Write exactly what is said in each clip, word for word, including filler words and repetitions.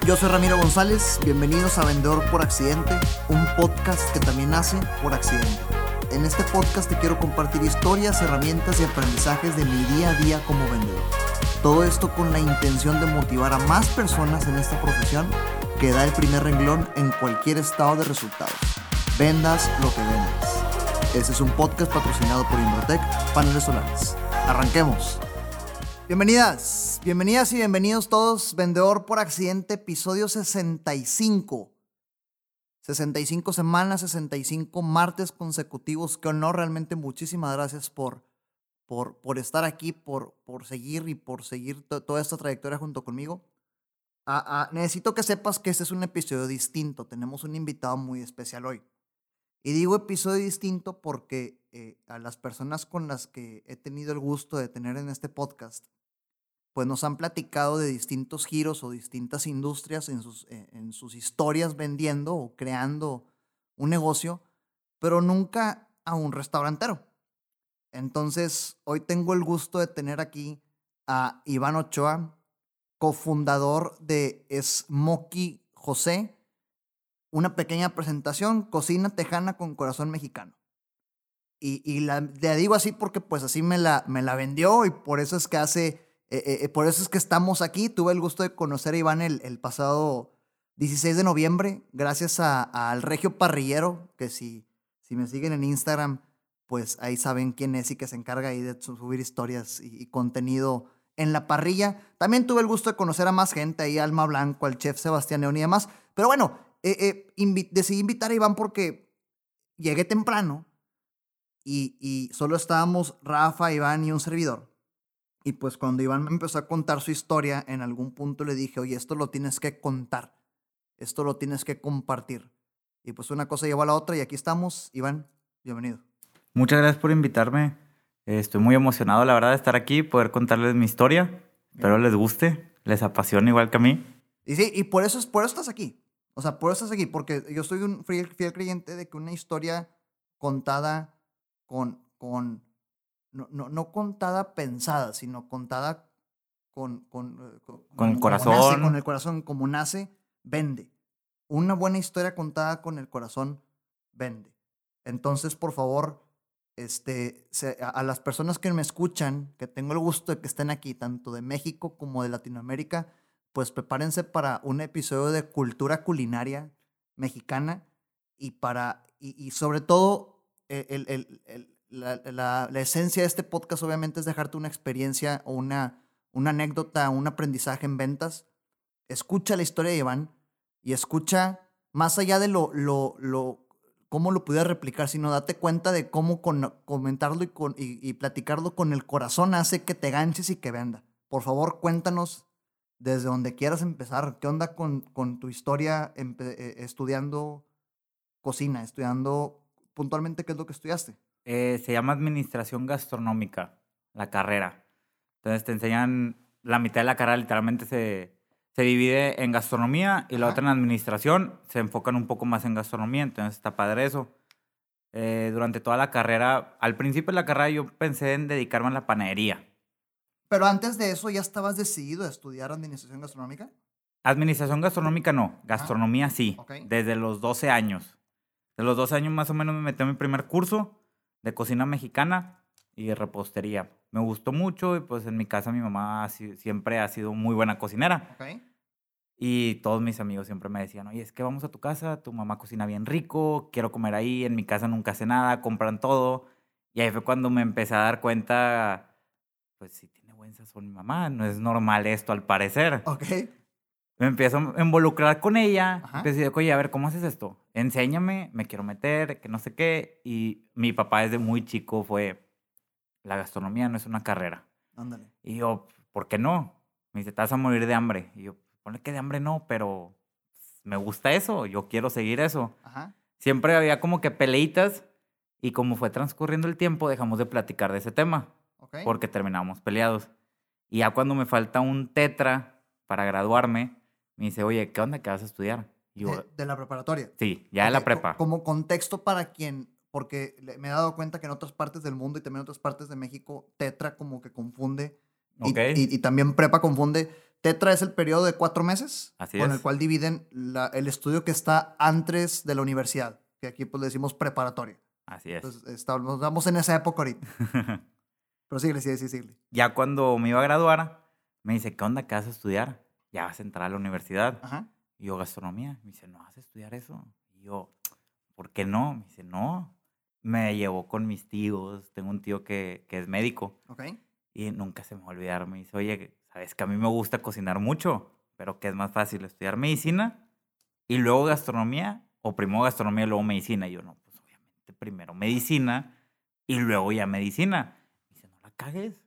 Yo soy Ramiro González, bienvenidos a Vendedor por Accidente, un podcast que también nace por accidente. En este podcast te quiero compartir historias, herramientas y aprendizajes de mi día a día como vendedor. Todo esto con la intención de motivar a más personas en esta profesión que da el primer renglón en cualquier estado de resultados. Vendas lo que vendas. Este es un podcast patrocinado por Inbrotech Paneles Solares. Arranquemos. Bienvenidas, bienvenidas y bienvenidos todos. Vendedor por Accidente, episodio sesenta y cinco. sesenta y cinco semanas, sesenta y cinco martes consecutivos. Qué honor, realmente muchísimas gracias por, por, por estar aquí, por, por seguir y por seguir to- toda esta trayectoria junto conmigo. Ah, ah, necesito que sepas que este es un episodio distinto. Tenemos un invitado muy especial hoy. Y digo episodio distinto porque eh, a las personas con las que he tenido el gusto de tener en este podcast, pues nos han platicado de distintos giros o distintas industrias en sus, eh, en sus historias vendiendo o creando un negocio, pero nunca a un restaurantero. Entonces, hoy tengo el gusto de tener aquí a Iván Ochoa, cofundador de Smoky José, una pequeña presentación, cocina tejana con corazón mexicano. Y, y la, le digo así porque pues así me la, me la vendió y por eso es que hace... Eh, eh, por eso es que estamos aquí. Tuve el gusto de conocer a Iván el, el pasado dieciséis de noviembre, gracias a, a- al Regio Parrillero, que si, si me siguen en Instagram, pues ahí saben quién es y que se encarga ahí de su- subir historias y, y contenido en la parrilla. También tuve el gusto de conocer a más gente, ahí Alma Blanco, al chef Sebastián León y demás. Pero bueno, eh, eh, invi- decidí invitar a Iván porque llegué temprano y, y solo estábamos Rafa, Iván y un servidor. Y pues cuando Iván me empezó a contar su historia, en algún punto le dije, oye, esto lo tienes que contar, esto lo tienes que compartir. Y pues una cosa llevó a la otra y aquí estamos. Iván, bienvenido. Muchas gracias por invitarme. Eh, Estoy muy emocionado, la verdad, de estar aquí, poder contarles mi historia. Espero les guste, les apasiona igual que a mí. Y sí, y por eso, es, por eso estás aquí. O sea, por eso estás aquí, porque yo soy un fiel, fiel creyente de que una historia contada con, con no, no, no contada pensada, sino contada con, con, eh, co- Con el como, como nace, con el corazón. corazón, como nace, vende. Una buena historia contada con el corazón vende. Entonces, por favor, este, se- a, a las personas que me escuchan, que tengo el gusto de que estén aquí, tanto de México como de Latinoamérica, pues prepárense para un episodio de cultura culinaria mexicana y para, y, y sobre todo, eh, el, el- el- la, la- la esencia de este podcast obviamente es dejarte una experiencia o una, una anécdota, un aprendizaje en ventas. Escucha la historia de Iván y escucha más allá de lo, lo, lo cómo lo pudiera replicar, sino date cuenta de cómo con, comentarlo y, con, y, y platicarlo con el corazón hace que te ganches y que venda. Por favor, cuéntanos desde donde quieras empezar. ¿Qué onda con, con tu historia empe- eh, estudiando cocina, estudiando puntualmente qué es lo que estudiaste? Eh, se llama Administración Gastronómica, la carrera. Entonces te enseñan, la mitad de la carrera literalmente se, se divide en gastronomía y la otra Ajá. en administración. Se enfocan un poco más en gastronomía, entonces está padre eso. Eh, durante toda la carrera, al principio de la carrera yo pensé en dedicarme a la panadería. Pero antes de eso, ¿ya estabas decidido a estudiar administración gastronómica? Administración gastronómica no, Ajá. gastronomía sí, Ok. desde los doce años. De los doce años más o menos me metí a mi primer curso de cocina mexicana y de repostería. Me gustó mucho y pues en mi casa mi mamá ha si- siempre ha sido muy buena cocinera. Ok. Y todos mis amigos siempre me decían, oye, es que vamos a tu casa, tu mamá cocina bien rico, quiero comer ahí, en mi casa nunca hace nada, compran todo. Y ahí fue cuando me empecé a dar cuenta, pues sí tiene buen sazón mi mamá, no es normal esto al parecer. Ok. Me empiezo a involucrar con ella. Ajá. Empecé a decir, oye, a ver, ¿cómo haces esto? Enséñame, me quiero meter, que no sé qué. Y mi papá desde muy chico fue, la gastronomía no es una carrera. Ándale. Y yo, ¿por qué no? Me dice, te vas a morir de hambre. Y yo, ponle que de hambre no, pero me gusta eso, yo quiero seguir eso. Ajá. Siempre había como que peleitas y como fue transcurriendo el tiempo dejamos de platicar de ese tema Ok. porque terminamos peleados. Y ya cuando me falta un tetra para graduarme, me dice, oye, ¿qué onda? ¿Qué vas a estudiar? Y yo, De, de la preparatoria. sí, ya de Ok, la co- prepa. Como contexto para quien, porque le- me he dado cuenta que en otras partes del mundo y también en otras partes de México, tetra como que confunde y, Ok. y- y también prepa confunde, Tetra es el periodo de cuatro meses Así con es. el cual dividen la- el estudio que está antes de la universidad, que aquí pues le decimos preparatoria. Así es. Entonces, estamos, estamos en esa época ahorita. Pero síguele, síguele, síguele. Ya cuando me iba a graduar, me dice, ¿qué onda? ¿Qué vas a estudiar? Ya vas a entrar a la universidad. Ajá. Y yo, gastronomía. Me dice, ¿no vas a estudiar eso? Y yo, ¿por qué no? Me dice, no. Me llevó con mis tíos. Tengo un tío que, que es médico. Ok. Y nunca se me va a olvidar. Me dice, oye, sabes que a mí me gusta cocinar mucho, pero que es más fácil estudiar medicina y luego gastronomía, o primero gastronomía y luego medicina. Y yo, no, pues obviamente primero medicina y luego ya medicina. Me dice, no la cagues.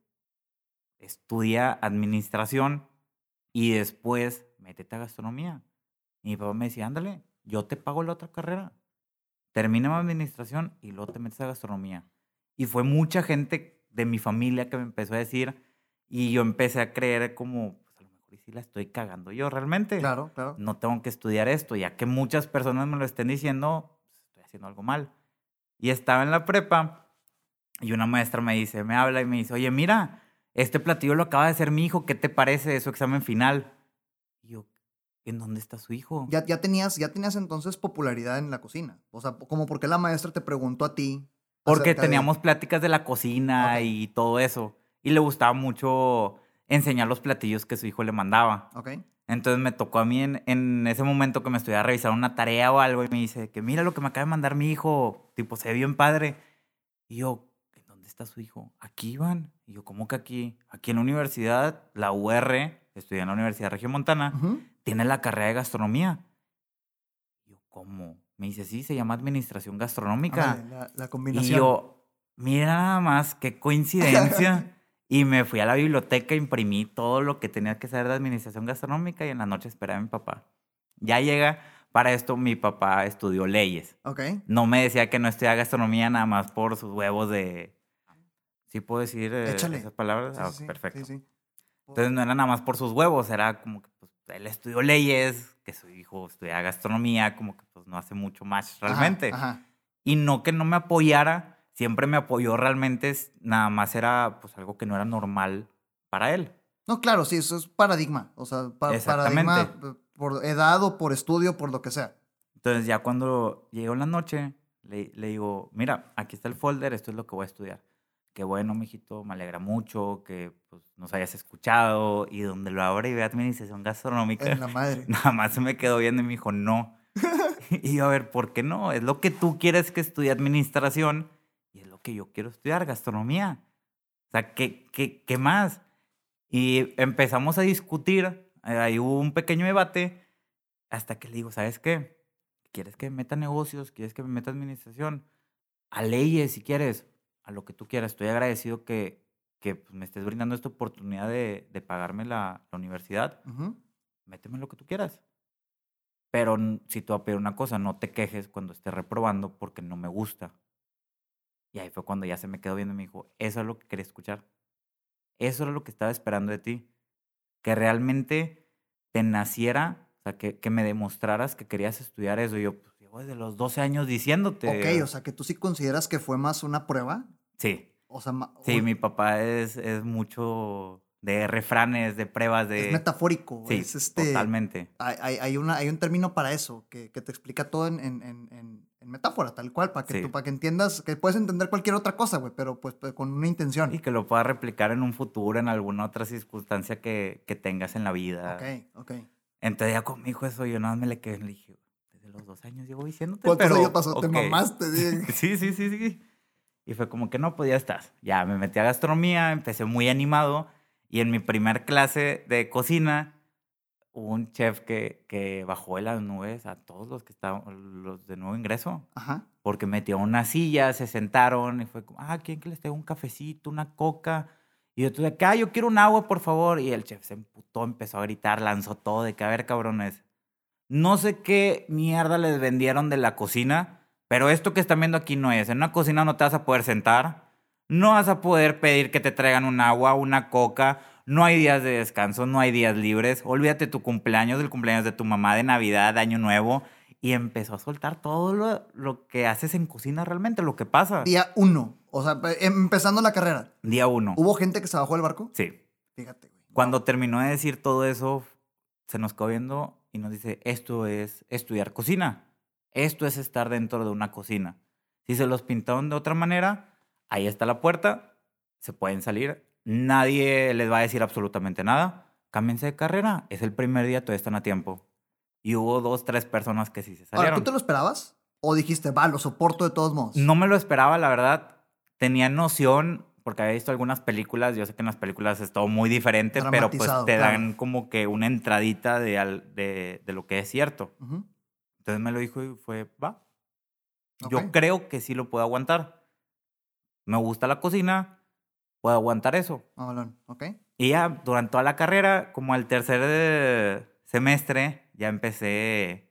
Estudia administración y después métete a gastronomía. Y mi papá me decía, ándale, yo te pago la otra carrera. Termina administración y luego te metes a gastronomía. Y fue mucha gente de mi familia que me empezó a decir, y yo empecé a creer como, pues a lo mejor y sí la estoy cagando yo realmente. Claro, claro. No tengo que estudiar esto, ya que muchas personas me lo estén diciendo, pues estoy haciendo algo mal. Y estaba en la prepa y una maestra me dice, me habla y me dice, oye, mira, este platillo lo acaba de hacer mi hijo, ¿qué te parece de su examen final? Y yo, ¿en dónde está su hijo? Ya, ya, tenías, ya tenías entonces popularidad en la cocina. O sea, como porque la maestra te preguntó a ti. Porque acerca de- teníamos pláticas de la cocina Ok. y todo eso. Y le gustaba mucho enseñar los platillos que su hijo le mandaba. Ok. Entonces me tocó a mí en, en ese momento que me estuviera a revisar una tarea o algo y me dice que mira lo que me acaba de mandar mi hijo, tipo, se ve bien padre. Y yo, ¿en dónde está su hijo? Aquí, Iván. Y yo, ¿cómo que aquí? Aquí en la universidad, la U R, estudié en la Universidad Regiomontana, Ujú. tiene la carrera de gastronomía. Y yo, ¿cómo? Me dice, sí, se llama administración gastronómica. Ándale, la, la Y combinación. yo, mira nada más, qué coincidencia. Y me fui a la biblioteca, imprimí todo lo que tenía que saber de administración gastronómica y en la noche esperé a mi papá. Ya llega, para esto mi papá estudió leyes. Ok. No me decía que no estudiaba gastronomía nada más por sus huevos de... ¿Sí puedo decir eh, Échale. esas palabras? Sí, Ah, sí, sí, perfecto. sí, sí. Entonces no era nada más por sus huevos, era como que pues, él estudió leyes, que su hijo estudiaba gastronomía, como que pues no hace mucho más Ajá, realmente. Ajá. Y no que no me apoyara, siempre me apoyó realmente, es- nada más era pues algo que no era normal para él. No, claro, sí, eso es paradigma. O sea, pa- paradigma Exactamente. eh, por edad o por estudio, por lo que sea. Entonces ya cuando llegó en la noche, le, le digo, mira, aquí está el folder, esto es lo que voy a estudiar. Qué bueno, mijito, me alegra mucho que pues, nos hayas escuchado. Y donde lo abra y ve administración gastronómica, En la madre. nada más se me quedó viendo y me dijo, no. Y yo, a ver, ¿por qué no? Es lo que tú quieres que estudie administración y es lo que yo quiero estudiar, gastronomía. O sea, ¿qué, qué, qué más? Y empezamos a discutir, eh, ahí hubo un pequeño debate, hasta que le digo, ¿sabes qué? ¿Quieres que me meta a negocios? ¿Quieres que me meta a administración? A leyes, si quieres, a lo que tú quieras. Estoy agradecido que, que pues, me estés brindando esta oportunidad de, de pagarme la, la universidad. Ujú. Méteme lo que tú quieras. Pero n- si te voy a pedir una cosa, no te quejes cuando estés reprobando porque no me gusta. Y ahí fue cuando ya se me quedó viendo y me dijo, eso es lo que quería escuchar. Eso era lo que estaba esperando de ti. Que realmente te naciera, o sea, que, que me demostraras que querías estudiar eso. Y yo, pues, llevo desde los doce años diciéndote. Ok, o sea, que tú sí consideras que fue más una prueba. Sí, O sea, ma- sí, un- mi papá es, es mucho de refranes, de pruebas, es de... metafórico. Sí, es este. totalmente. Hay, hay, hay una, hay un término para eso, que, que te explica todo en, en, en, en- en metáfora, tal cual, para que Sí. tú, para que entiendas, que puedes entender cualquier otra cosa, güey, pero pues pues, con una intención. Y que lo puedas replicar en un futuro, en alguna otra circunstancia que, que tengas en la vida. Ok, ok. Entonces ya con mi hijo eso, yo nada más me le quedé y le dije, desde los dos años llevo diciéndote, ¿Cuántos pero... años pasó? Te ok". mamaste, dije. Sí, sí, sí, sí. Y fue como que no, pues ya estás. Ya me metí a gastronomía, empecé muy animado. Y en mi primer clase de cocina, hubo un chef que, que bajó de las nubes a todos los que estaban, los de nuevo ingreso. Ajá. Porque metió una silla, se sentaron y fue como, ah, ¿quién que les tenga un cafecito, una coca? Y yo tuve que, ah, yo quiero un agua, por favor. Y el chef se emputó, empezó a gritar, lanzó todo de que, a ver, cabrones, no sé qué mierda les vendieron de la cocina, pero esto que están viendo aquí no es. En una cocina no te vas a poder sentar, no vas a poder pedir que te traigan un agua, una coca, no hay días de descanso, no hay días libres. Olvídate tu cumpleaños, del cumpleaños de tu mamá, de Navidad, de Año Nuevo. Y empezó a soltar todo lo, lo que haces en cocina realmente, lo que pasa. Día uno. O sea, pe- empezando la carrera. Día uno. ¿Hubo gente que se bajó del barco? Sí. Fíjate, güey. Cuando terminó de decir todo eso, se nos quedó viendo y nos dice, esto es estudiar cocina. Esto es estar dentro de una cocina. Si se los pintaron de otra manera, ahí está la puerta, se pueden salir. Nadie les va a decir absolutamente nada. Cámbiense de carrera. Es el primer día, todavía están a tiempo. Y hubo dos, tres personas que sí se salieron. Ahora, ¿tú te lo esperabas? ¿O dijiste, va, lo soporto de todos modos? No me lo esperaba, la verdad. Tenía noción, porque había visto algunas películas. Yo sé que en las películas es todo muy diferente, pero pues te claro. dan como que una entradita de, al- de, de lo que es cierto. Ujú. Entonces me lo dijo y fue, va. Ok. Yo creo que sí lo puedo aguantar. Me gusta la cocina, puedo aguantar eso. Ah, balón. Ok. Y ya durante toda la carrera, como al tercer eh, semestre, ya empecé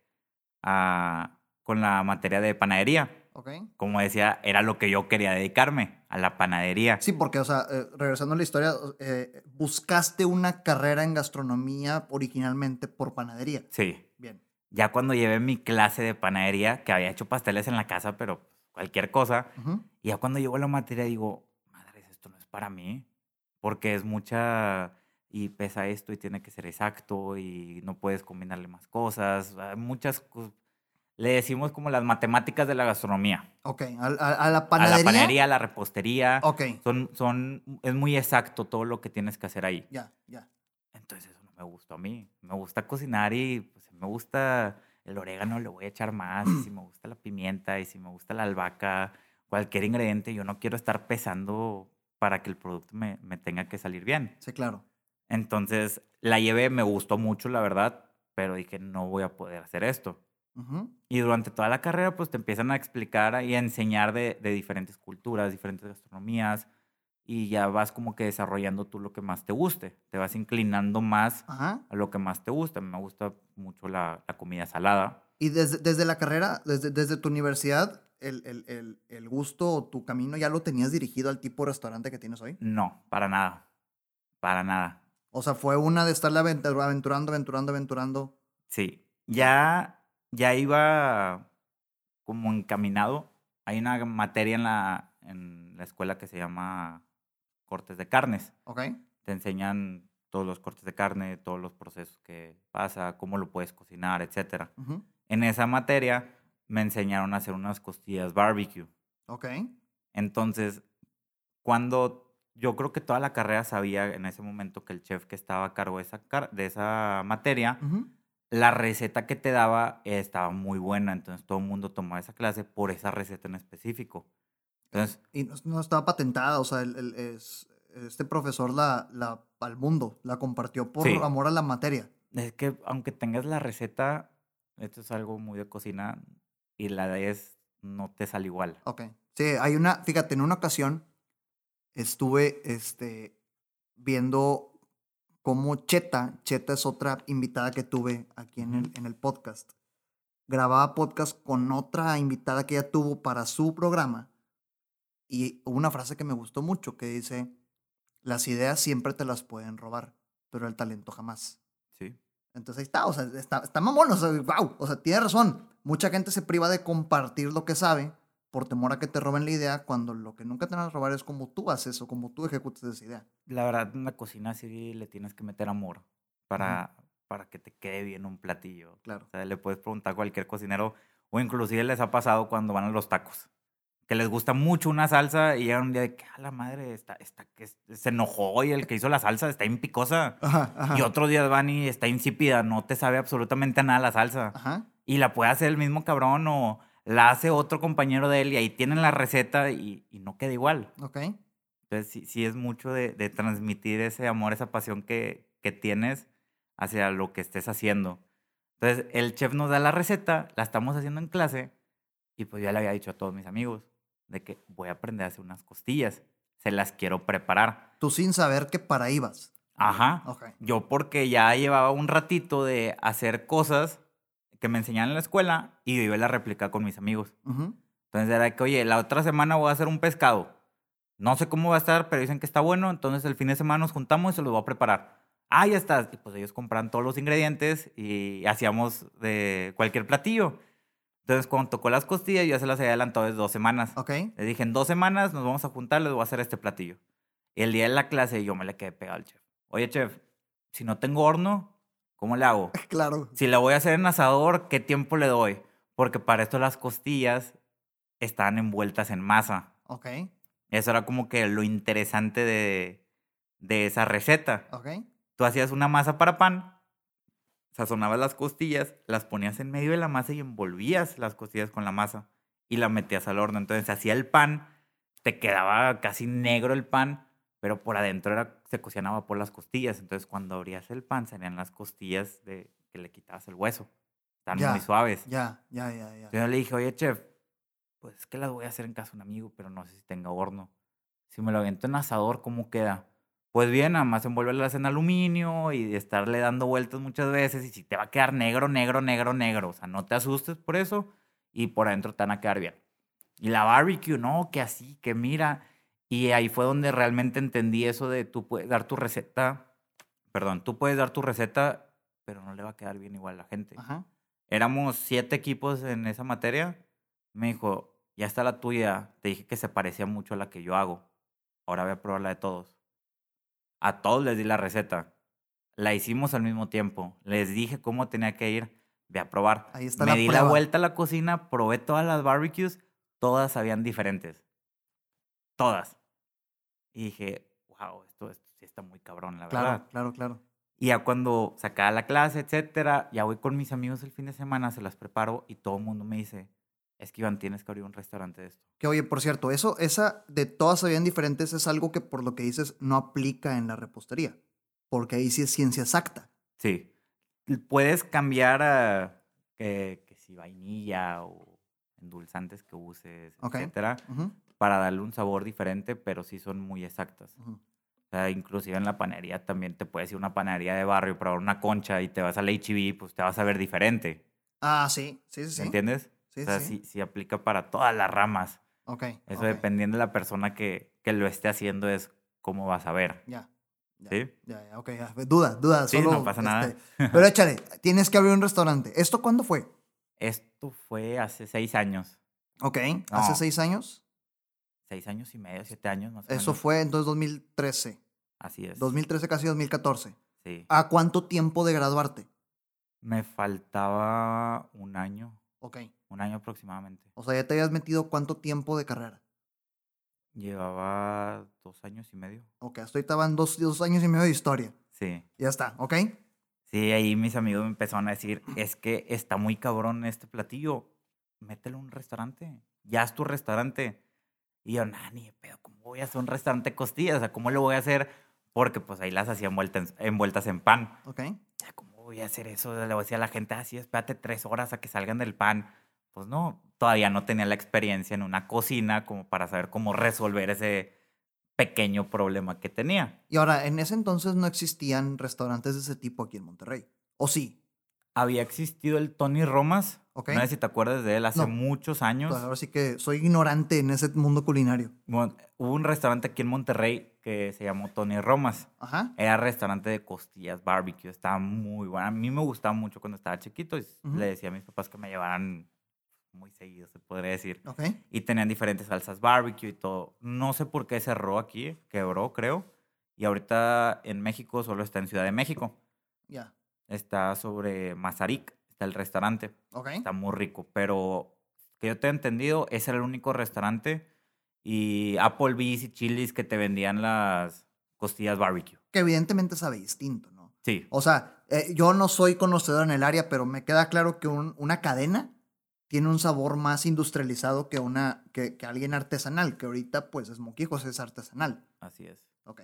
a, con la materia de panadería. Ok. Como decía, era lo que yo quería dedicarme, a la panadería. Sí, porque, o sea, eh, regresando a la historia, eh, buscaste una carrera en gastronomía originalmente por panadería. Sí. Bien. Ya cuando llevé mi clase de panadería, que había hecho pasteles en la casa, pero cualquier cosa, Ujú. y ya cuando llegó la materia digo, madres, esto no es para mí, porque es mucha, y pesa esto y tiene que ser exacto, y no puedes combinarle más cosas, hay muchas cosas. Le decimos como las matemáticas de la gastronomía. Ok. ¿A, a- a la A panadería? la panadería, a la repostería, Ok. son, son, es muy exacto todo lo que tienes que hacer ahí. Ya, ya. Entonces eso no me gustó a mí. Me gusta cocinar y pues, si me gusta el orégano le voy a echar más. Y si me gusta la pimienta y si me gusta la albahaca, cualquier ingrediente, yo no quiero estar pesando para que el producto me, me tenga que salir bien. Sí, claro. Entonces la llevé, me gustó mucho, la verdad, pero dije, no voy a poder hacer esto. Ujú. Y durante toda la carrera, pues te empiezan a explicar y a enseñar de, de diferentes culturas, diferentes gastronomías, y ya vas como que desarrollando tú lo que más te guste. Te vas inclinando más Ajá. a lo que más te gusta. Me gusta mucho la, la comida salada. Y desde, desde la carrera, desde, desde tu universidad, el, el, el, el gusto o tu camino ya lo tenías dirigido al tipo de restaurante que tienes hoy. No, para nada. Para nada. O sea, fue una de estarle aventur- aventurando, aventurando, aventurando. Sí. Ya, ya iba como encaminado. Hay una materia en la, en la escuela que se llama cortes de carnes. ¿Ok? Te enseñan todos los cortes de carne, todos los procesos que pasa, cómo lo puedes cocinar, etcétera. Ujú. En esa materia me enseñaron a hacer unas costillas barbecue. Ok. Entonces, cuando yo creo que toda la carrera sabía en ese momento que el chef que estaba a cargo de esa, car- de esa materia, Ujú. la receta que te daba eh, estaba muy buena. Entonces, todo el mundo tomaba esa clase por esa receta en específico. Entonces, Y no, no estaba patentada, o sea, el, el- es, este profesor la, la, al mundo, la compartió por sí, amor a la materia. es que aunque tengas la receta, esto es algo muy de cocina y la de es no te sale igual. Ok. Sí, hay una, fíjate, en una ocasión estuve este, viendo cómo Cheta, Cheta es otra invitada que tuve aquí en el, Ujú. en el podcast, grababa podcast con otra invitada que ella tuvo para su programa y hubo una frase que me gustó mucho que dice, las ideas siempre te las pueden robar, pero el talento jamás. Sí. Entonces ahí está, o sea, está, está mamón, o sea, wow, o sea, tiene razón. Mucha gente se priva de compartir lo que sabe por temor a que te roben la idea cuando lo que nunca te van a robar es como tú haces o como tú ejecutas esa idea. La verdad, en la cocina sí le tienes que meter amor Ujú. para, para que te quede bien un platillo. Claro. O sea, le puedes preguntar a cualquier cocinero o inclusive les ha pasado cuando van a los tacos. Que les gusta mucho una salsa y llegan un día de que, a la madre, está, está, que es- se enojó y el que hizo la salsa está bien picosa. Ajá, ajá. Y otros días van y está insípida, no te sabe absolutamente a nada la salsa. Ajá. Y la puede hacer el mismo cabrón o la hace otro compañero de él y ahí tienen la receta y, y no queda igual. Ok. Entonces sí, sí es mucho de, de transmitir ese amor, esa pasión que, que tienes hacia lo que estés haciendo. Entonces el chef nos da la receta, la estamos haciendo en clase y pues ya le había dicho a todos mis amigos de que voy a aprender a hacer unas costillas, se las quiero preparar. Tú sin saber que para ahí vas. Ajá. Ok. Yo porque ya llevaba un ratito de hacer cosas que me enseñaban en la escuela y yo iba a la réplica con mis amigos. Ujú. Entonces era que, oye, la otra semana voy a hacer un pescado. No sé cómo va a estar, pero dicen que está bueno. Entonces el fin de semana nos juntamos y se los voy a preparar. Ah, ya está. Y pues ellos compran todos los ingredientes y hacíamos de cualquier platillo. Entonces cuando tocó las costillas, yo ya se las había adelantado desde dos semanas. Ok. Le dije, en dos semanas nos vamos a juntar, les voy a hacer este platillo. Y el día de la clase yo me le quedé pegado al chef. Oye, chef, si no tengo horno, ¿cómo le hago? Claro. Si la voy a hacer en asador, ¿qué tiempo le doy? Porque para esto las costillas estaban envueltas en masa. Ok, Eso era como que lo interesante de, de esa receta. ok. Tú hacías una masa para pan, sazonabas las costillas, las ponías en medio de la masa y envolvías las costillas con la masa y la metías al horno. Entonces hacía el pan, te quedaba casi negro el pan, pero por adentro era, se cocían a vapor las costillas. Entonces cuando abrías el pan salían las costillas de que le quitabas el hueso. Están Ya, muy suaves. Ya, ya, ya, ya. Entonces yo le dije, oye, chef, pues es que las voy a hacer en casa de un amigo, pero no sé si tenga horno. Si me lo aviento en asador, ¿cómo queda? Pues bien, nada más envuélvelas en aluminio y estarle dando vueltas muchas veces. Y si te va a quedar negro, negro, negro, negro. O sea, no te asustes por eso. Y por adentro te van a quedar bien. Y la barbecue, no, que así, que mira. Y ahí fue donde realmente entendí eso de tú puedes dar tu receta. Perdón, tú puedes dar tu receta, pero no le va a quedar bien igual a la gente. Ajá. Éramos siete equipos en esa materia. Me dijo, ya está la tuya. Te dije que se parecía mucho a la que yo hago. Ahora voy a probar la de todos. A todos les di la receta. La hicimos al mismo tiempo. Les dije cómo tenía que ir. Ve a probar. Ahí está Me la di prueba. la vuelta a la cocina, probé todas las barbecues. Todas sabían diferentes. Todas. Y dije, wow, esto, esto sí está muy cabrón, la Claro, verdad. claro, claro. Y ya cuando sacaba la clase, etcétera, ya voy con mis amigos el fin de semana, se las preparo y todo el mundo me dice, es que Iván, tienes que abrir un restaurante de esto. Que oye, por cierto, eso, esa de todas sabían diferentes es algo que por lo que dices no aplica en la repostería. Porque ahí sí es ciencia exacta. Sí. Puedes cambiar a que, que si vainilla o endulzantes que uses, Ok. etcétera, Ujú, para darle un sabor diferente, pero sí son muy exactas. ujú. O sea, inclusive en la panadería también te puedes ir a una panadería de barrio, probar una concha y te vas al H E B, pues te vas a ver diferente. Ah, sí, sí, sí, sí. ¿Me entiendes? Sí, O sea, sí. sí, sí aplica para todas las ramas. Ok. Eso ok. dependiendo de la persona que, que lo esté haciendo es cómo vas a ver. Ya. Ya, ¿Sí? ya, ya, ok, ya. Duda, duda, Sí, solo. no pasa nada. este, Pero échale, tienes que abrir un restaurante. ¿Esto cuándo fue? Esto fue hace seis años. Ok, hace No. seis años. Seis años y medio, siete años más o Eso menos. fue entonces dos mil trece. Así es. dos mil trece, casi dos mil catorce. Sí. ¿A cuánto tiempo de graduarte? Me faltaba un año, Ok. un año aproximadamente. O sea, ya te habías metido cuánto tiempo de carrera. Llevaba dos años y medio. Ok, hasta ahorita van dos, dos años y medio de historia. Sí. Ya está, ¿ok? Sí, ahí mis amigos me empezaron a decir, es que está muy cabrón este platillo, mételo en un restaurante, ya es tu restaurante. Y yo, nah, ni de pedo, ¿cómo voy a hacer un restaurante de costillas? O sea, ¿cómo lo voy a hacer? Porque pues ahí las hacía envueltas, envueltas en pan. Ok. O sea, ¿cómo voy a hacer eso? Le voy a decir a la gente, así, espérate tres horas a que salgan del pan. Pues no, todavía no tenía la experiencia en una cocina como para saber cómo resolver ese pequeño problema que tenía. Y ahora, en ese entonces no existían restaurantes de ese tipo aquí en Monterrey. ¿O sí? Había existido el Tony Romas. Ok. No sé si te acuerdas de él, hace No. muchos años. Pues ahora sí que soy ignorante en ese mundo culinario. Bueno, hubo un restaurante aquí en Monterrey que se llamó Tony Romas. Ajá. Era restaurante de costillas, barbecue. Estaba muy bueno. A mí me gustaba mucho cuando estaba chiquito. Y Ujú. le decía a mis papás que me llevaran muy seguido, se podría decir. Ok. Y tenían diferentes salsas barbecue y todo. No sé por qué cerró aquí, quebró, creo. Y ahorita en México solo está en Ciudad de México. Ya. Está sobre Mazarik, está el restaurante. Ok. Está muy rico, pero que yo te he entendido, ese era el único restaurante y Applebee's y Chili's que te vendían las costillas barbecue. Que evidentemente sabe distinto, ¿no? Sí, O sea, eh, yo no soy conocedor en el área, pero me queda claro que un- una cadena tiene un sabor más industrializado que, una, que, que alguien artesanal, que ahorita pues Smoquijos es artesanal. así es. Ok.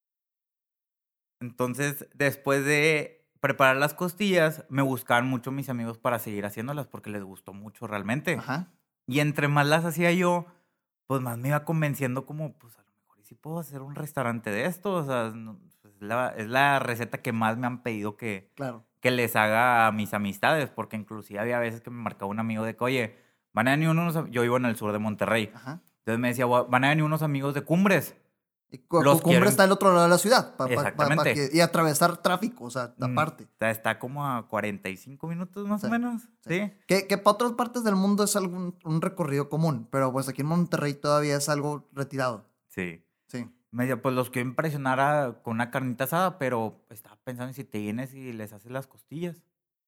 Entonces, después de preparar las costillas, me buscaban mucho mis amigos para seguir haciéndolas porque les gustó mucho realmente. Ajá. Y entre más las hacía yo, pues más me iba convenciendo como, pues a lo mejor y sí puedo hacer un restaurante de esto. O sea, no- pues, es, la, es la receta que más me han pedido que, Claro. que les haga a mis amistades, porque inclusive había veces que me marcaba un amigo de que, oye, van a venir unos, am- yo vivo en el sur de Monterrey, Ajá. entonces me decía, "Gua- van a venir unos amigos de Cumbres". Y Cu- Los Cucumbre quiero- está al otro lado de la ciudad. pa- pa- pa- pa Exactamente. que- y atravesar tráfico, o sea, Mm, aparte. o sea, está como a cuarenta y cinco minutos más Sí, o menos, sí. ¿sí? Que, que para otras partes del mundo es algún, un recorrido común, pero pues aquí en Monterrey todavía es algo retirado. Sí. Sí. Me decía, pues los quiero impresionar a- con una carnita asada, pero estaba pensando en si te vienes y les haces las costillas.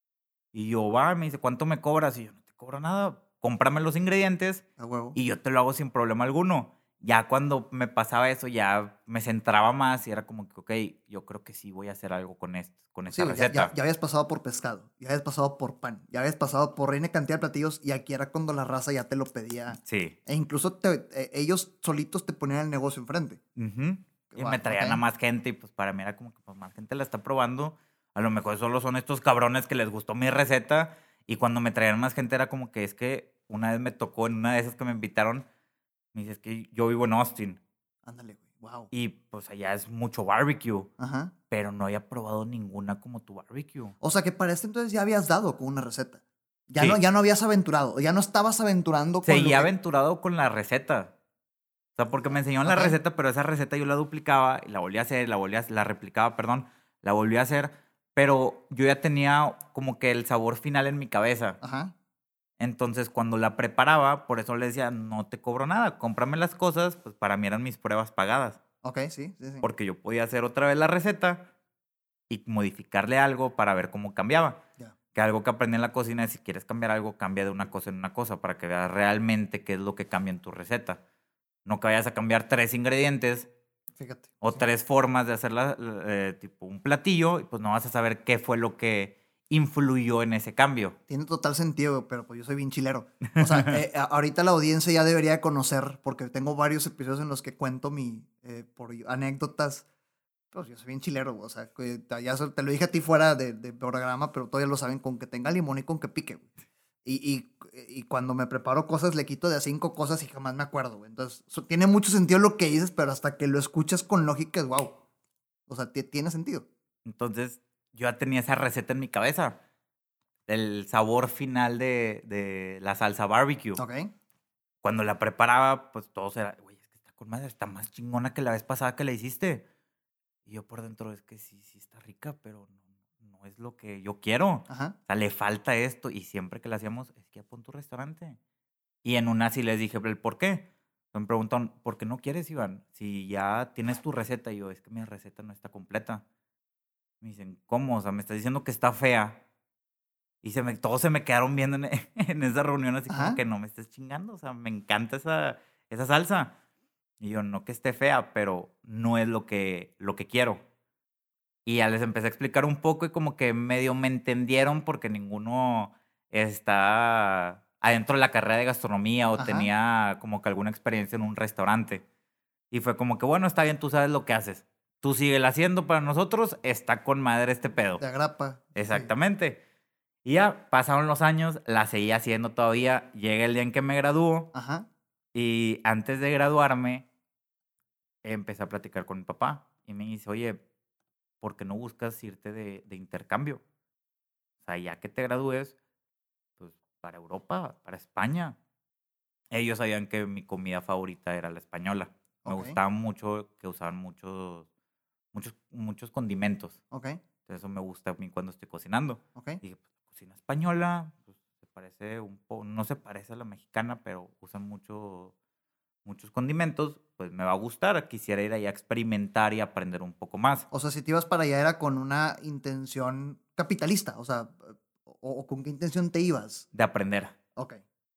Y yo, va, me dice, ¿cuánto me cobras? Y yo, no te cobro nada, cómprame los ingredientes A huevo. y yo te lo hago sin problema alguno. Ya cuando me pasaba eso, ya me centraba más y era como que, ok, yo creo que sí voy a hacer algo con, esto, con Sí, esta güey, ya, ya, receta. ya habías pasado por pescado, ya habías pasado por pan, ya habías pasado por reina cantidad de platillos y aquí era cuando la raza ya te lo pedía. Sí. E incluso te- e- ellos solitos te ponían el negocio enfrente. Ujú. Y me Wow, ok. traían a más gente y pues para mí era como que pues más gente la está probando. A lo mejor solo son estos cabrones que les gustó mi receta y cuando me traían más gente era como que es que una vez me tocó en una de esas que me invitaron, me dice es que yo vivo en Austin Ándale, güey. Wow. y pues allá es mucho barbecue, Ajá. pero no había probado ninguna como tu barbecue. O sea que para este entonces ya habías dado con una receta. Ya no, Sí, ya no habías aventurado, ya no estabas aventurando con lo seguía que. aventurado con la receta. O sea, porque me enseñaron la Ok. receta, pero esa receta yo la duplicaba y la volví a hacer, la volví a, la replicaba, perdón, la volví a hacer, pero yo ya tenía como que el sabor final en mi cabeza. Ajá. Entonces, cuando la preparaba, por eso le decía, no te cobro nada, cómprame las cosas, pues para mí eran mis pruebas pagadas, Ok, sí, sí, sí. porque yo podía hacer otra vez la receta y modificarle algo para ver cómo cambiaba. Ya. Que algo que aprendí en la cocina es si quieres cambiar algo, cambia de una cosa en una cosa para que veas realmente qué es lo que cambia en tu receta. No que vayas a cambiar tres ingredientes Fíjate. o Sí. tres formas de hacerla, eh, tipo un platillo, y pues no vas a saber qué fue lo que influyó en ese cambio. Tiene total sentido, pero pues yo soy bien chilero. O sea, eh, a- ahorita la audiencia ya debería de conocer, porque tengo varios episodios en los que cuento mi, eh, por anécdotas. Pues yo soy bien chilero, o sea, que te- ya se- te lo dije a ti fuera de, de programa, pero todavía lo saben con que tenga limón y con que pique, güey. Y, y, y cuando me preparo cosas, le quito de a cinco cosas y jamás me acuerdo, güey. Entonces, so- tiene mucho sentido lo que dices, pero hasta que lo escuchas con lógica es wow. O sea, ti- tiene sentido. Entonces, yo ya tenía esa receta en mi cabeza. El sabor final de, de la salsa barbecue. Ok. Cuando la preparaba, pues todos era, güey, es que está con madre, está más chingona que la vez pasada que la hiciste. Y yo por dentro, es que sí, sí está rica, pero no, no es lo que yo quiero. Ajá. O sea, le falta esto. Y siempre que la hacíamos, es que ya pon tu restaurante. Y en una sí les dije, ¿el por qué? Me preguntan, ¿por qué no quieres, Iván? Si ya tienes tu receta. Y yo, es que mi receta no está completa. Me dicen, ¿cómo? O sea, me estás diciendo que está fea. Y se me, todos se me quedaron viendo en, en esa reunión así como Ajá. que no me estés chingando. O sea, me encanta esa, esa salsa. Y yo, no que esté fea, pero no es lo que, lo que quiero. Y ya les empecé a explicar un poco y como que medio me entendieron porque ninguno está adentro de la carrera de gastronomía o Ajá. tenía como que alguna experiencia en un restaurante. Y fue como que, bueno, está bien, tú sabes lo que haces. Tú síguela haciendo para nosotros, está con madre este pedo. De agrapa. Sí. Exactamente. Y ya pasaron los años, la seguí haciendo todavía. Llega el día en que me gradúo Ajá. y antes de graduarme empecé a platicar con mi papá y me dice, oye, ¿por qué no buscas irte de, de intercambio? O sea, ya que te gradúes, pues para Europa, para España. Ellos sabían que mi comida favorita era la española. Me Ok. gustaba mucho que usaban muchos, muchos, muchos condimentos. Ok. Entonces eso me gusta a mí cuando estoy cocinando. Ok. Dije, pues la cocina española, pues se parece un poco, no se parece a la mexicana, pero usan mucho, muchos condimentos, pues me va a gustar. Quisiera ir ahí a experimentar y aprender un poco más. O sea, si te ibas para allá era con una intención capitalista, o sea, o, o con qué intención te ibas. De aprender. Ok.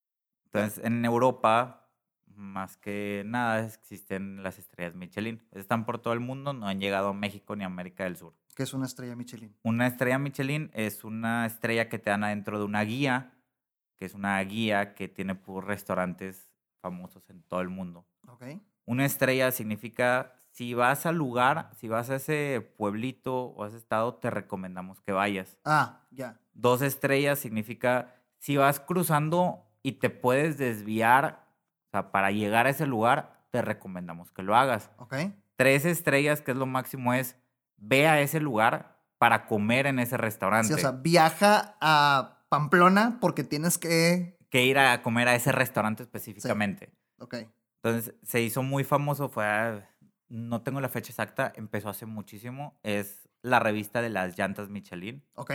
Ya. Entonces, en Europa, más que nada, existen las estrellas Michelin. Están por todo el mundo, no han llegado a México ni a América del Sur. ¿Qué es una estrella Michelin? Una estrella Michelin es una estrella que te dan adentro de una guía, que es una guía que tiene puros restaurantes famosos en todo el mundo. Ok. Una estrella significa, si vas al lugar, si vas a ese pueblito o a ese estado, te recomendamos que vayas. Ah, ya. Dos estrellas significa, si vas cruzando y te puedes desviar, o sea, para llegar a ese lugar, te recomendamos que lo hagas. Ok. Tres estrellas, que es lo máximo, es ve a ese lugar para comer en ese restaurante. Sí, o sea, viaja a Pamplona porque tienes que. Que ir a comer a ese restaurante Sí. específicamente. Ok. Entonces, se hizo muy famoso, fue, a- no tengo la fecha exacta, empezó hace muchísimo, es la revista de las llantas Michelin. Ok.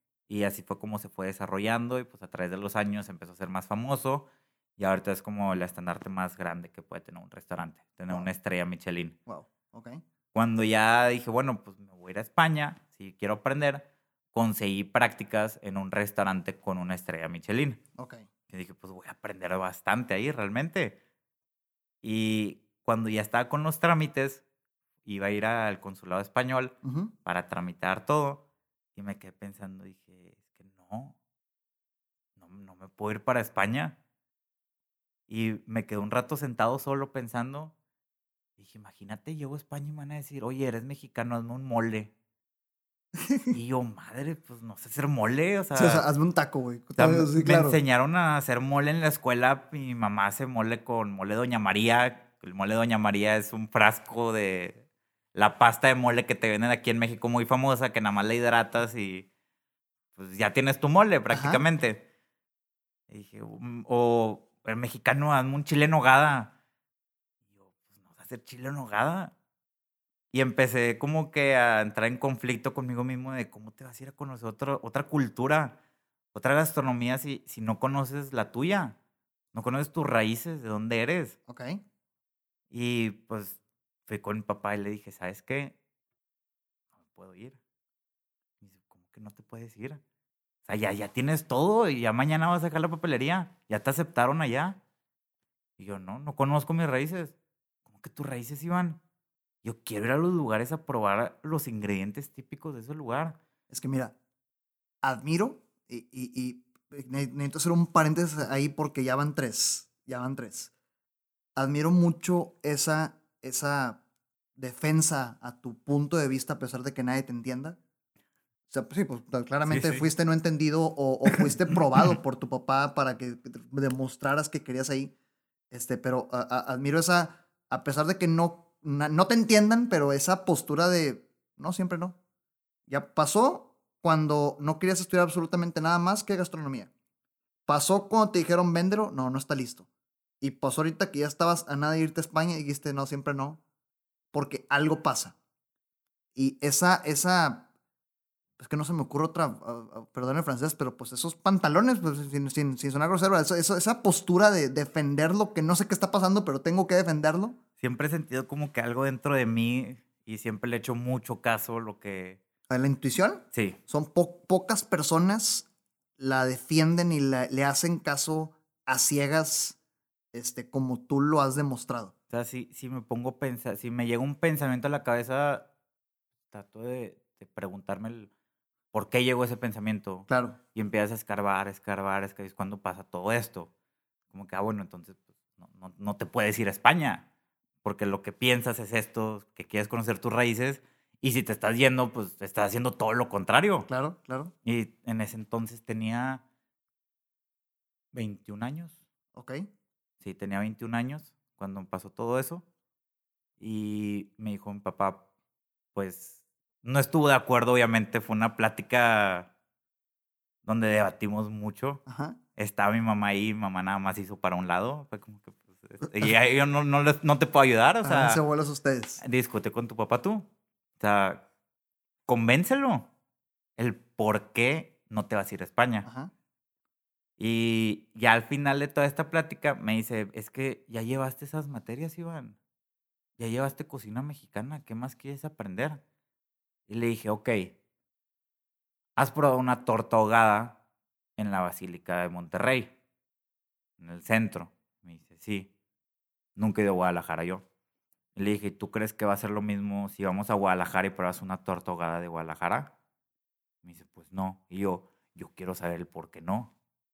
Y así fue como se fue desarrollando y pues a través de los años empezó a ser más famoso y ahorita es como el estandarte más grande que puede tener un restaurante, tener Wow. una estrella Michelin. Wow. Ok. Cuando ya dije, bueno, pues me voy a ir a España, si quiero aprender, conseguí prácticas en un restaurante con una estrella Michelin. Ok. Y dije, pues voy a aprender bastante ahí realmente. Y cuando ya estaba con los trámites, iba a ir al consulado español Ujú. para tramitar todo. Y me quedé pensando, dije, es que no, no, no me puedo ir para España. Y me quedé un rato sentado solo pensando. Dije, imagínate, llego a España y me van a decir, oye, eres mexicano, hazme un mole. Y yo, madre, pues no sé hacer mole, o Sí, o sea, sea, hazme un taco, güey. o sea, me, Sí, me claro. enseñaron a hacer mole en la escuela. Mi mamá hace mole con mole Doña María. El mole Doña María es un frasco de la pasta de mole que te venden aquí en México muy famosa, que nada más la hidratas y pues ya tienes tu mole Ajá. prácticamente. Y dije, "Um, o el mexicano, hazme un chile en nogada". Y yo, pues no sé hacer chile en nogada. Y empecé como que a entrar en conflicto conmigo mismo de cómo te vas a ir a conocer otro- otra cultura, otra gastronomía si, si no conoces la tuya, no conoces tus raíces, de dónde eres. Ok. Y pues fui con mi papá y le dije, ¿sabes qué? No me puedo ir. Y dice, ¿cómo que no te puedes ir? O sea, ya, ya tienes todo y ya mañana vas a sacar la papelería. Ya te aceptaron allá. Y yo, no, no conozco mis raíces. ¿Cómo que tus raíces, Iván? Yo quiero ir a los lugares a probar los ingredientes típicos de ese lugar. Es que mira, admiro y, y, y ne- necesito hacer un paréntesis ahí porque ya van tres. Ya van tres. Admiro mucho esa, esa defensa a tu punto de vista a pesar de que nadie te entienda. O sea, pues sí, pues ta- Sí, claramente sí. fuiste no entendido o, o fuiste probado por tu papá para que demostraras que querías ahí. Este, pero a- a- admiro esa, a pesar de que no, na- no te entiendan, pero esa postura de, no, siempre no. Ya pasó cuando no querías estudiar absolutamente nada más que gastronomía. Pasó cuando te dijeron, véndelo, no, no está listo. Y pasó ahorita que ya estabas a nada de irte a España y dijiste, no, siempre no, porque algo pasa. Y esa, esa, es que no se me ocurre otra, ah, ah, perdón el francés, pero pues esos pantalones, pues sin, sin, sin sonar grosero, eso- eso- esa postura de defender lo que no sé qué está pasando, pero tengo que defenderlo. Siempre he sentido como que algo dentro de mí y siempre le he hecho mucho caso a lo que... A la intuición, Sí, son po- pocas personas la defienden y la- le hacen caso a ciegas, este, como tú lo has demostrado. o sea, si, si me pongo a pensar, si me llega un pensamiento a la cabeza, trato de, de preguntarme el por qué llegó ese pensamiento Claro, y empiezas a escarbar, escarbar, escarbar, es cuando pasa todo esto. Como que, ah, bueno, entonces pues, no, no, no te puedes ir a España, porque lo que piensas es esto, que quieres conocer tus raíces, y si te estás yendo, pues estás haciendo todo lo contrario. claro, claro. Y en ese entonces tenía veintiún años. Ok. Sí, tenía veintiún años cuando pasó todo eso. Y me dijo mi papá, pues no estuvo de acuerdo, obviamente. Fue una plática donde debatimos mucho. Ajá. Estaba mi mamá ahí, mi mamá nada más hizo para un lado. Fue como que, pues, este, y ya yo no, no, les- no te puedo ayudar. O Háganse sea, bolas ustedes. discute con tu papá tú. O sea, convéncelo el por qué no te vas a ir a España. Ajá. Y ya al final de toda esta plática me dice, es que ya llevaste esas materias, Iván. Ya llevaste cocina mexicana. ¿Qué más quieres aprender? Y le dije, ok, ¿has probado una torta ahogada en la Basílica de Monterrey, en el centro? Me dice, sí. Nunca he ido a Guadalajara yo. Y le dije, ¿tú crees que va a ser lo mismo si vamos a Guadalajara y pruebas una torta ahogada de Guadalajara? Me dice, pues no. Y yo, yo quiero saber el por qué no.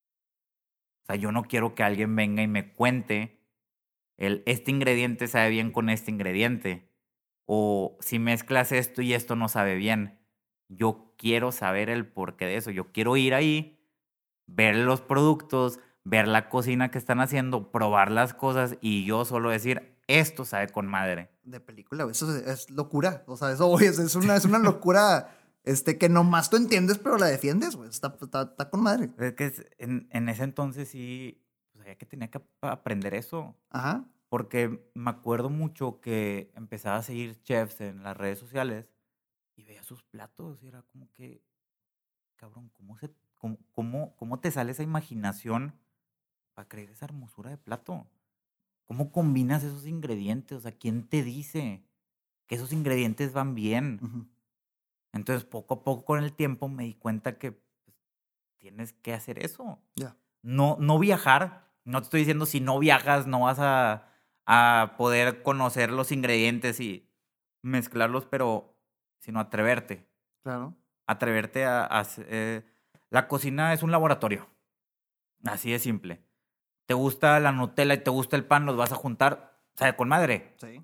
O sea, yo no quiero que alguien venga y me cuente el, este ingrediente sabe bien con este ingrediente. O si mezclas esto y esto no sabe bien. Yo quiero saber el porqué de eso. Yo quiero ir ahí, ver los productos, ver la cocina que están haciendo, probar las cosas y yo solo decir, esto sabe con madre. De película, güey. Eso es, es locura. O sea, eso, güey, es, es una, es una locura este, que nomás tú entiendes, pero la defiendes, güey. Está, está, está con madre. Es que es- en, en ese entonces sí, pues sabía que tenía que ap- aprender eso. Ajá. Porque me acuerdo mucho que empezaba a seguir chefs en las redes sociales y veía sus platos y era como que, cabrón, ¿cómo, se, cómo, cómo, cómo te sale esa imaginación para crear esa hermosura de plato? ¿Cómo combinas esos ingredientes? O sea, ¿quién te dice? que esos ingredientes van bien. Ujú. Entonces, poco a poco con el tiempo me di cuenta que pues, tienes que hacer eso. Ya. No, no viajar. No te estoy diciendo si no viajas no vas a, a poder conocer los ingredientes y mezclarlos, pero sino atreverte. Claro. Atreverte a, a hacer- eh, la cocina es un laboratorio. Así de simple. Te gusta la Nutella y te gusta el pan, los vas a juntar. Sabe con madre. Sí.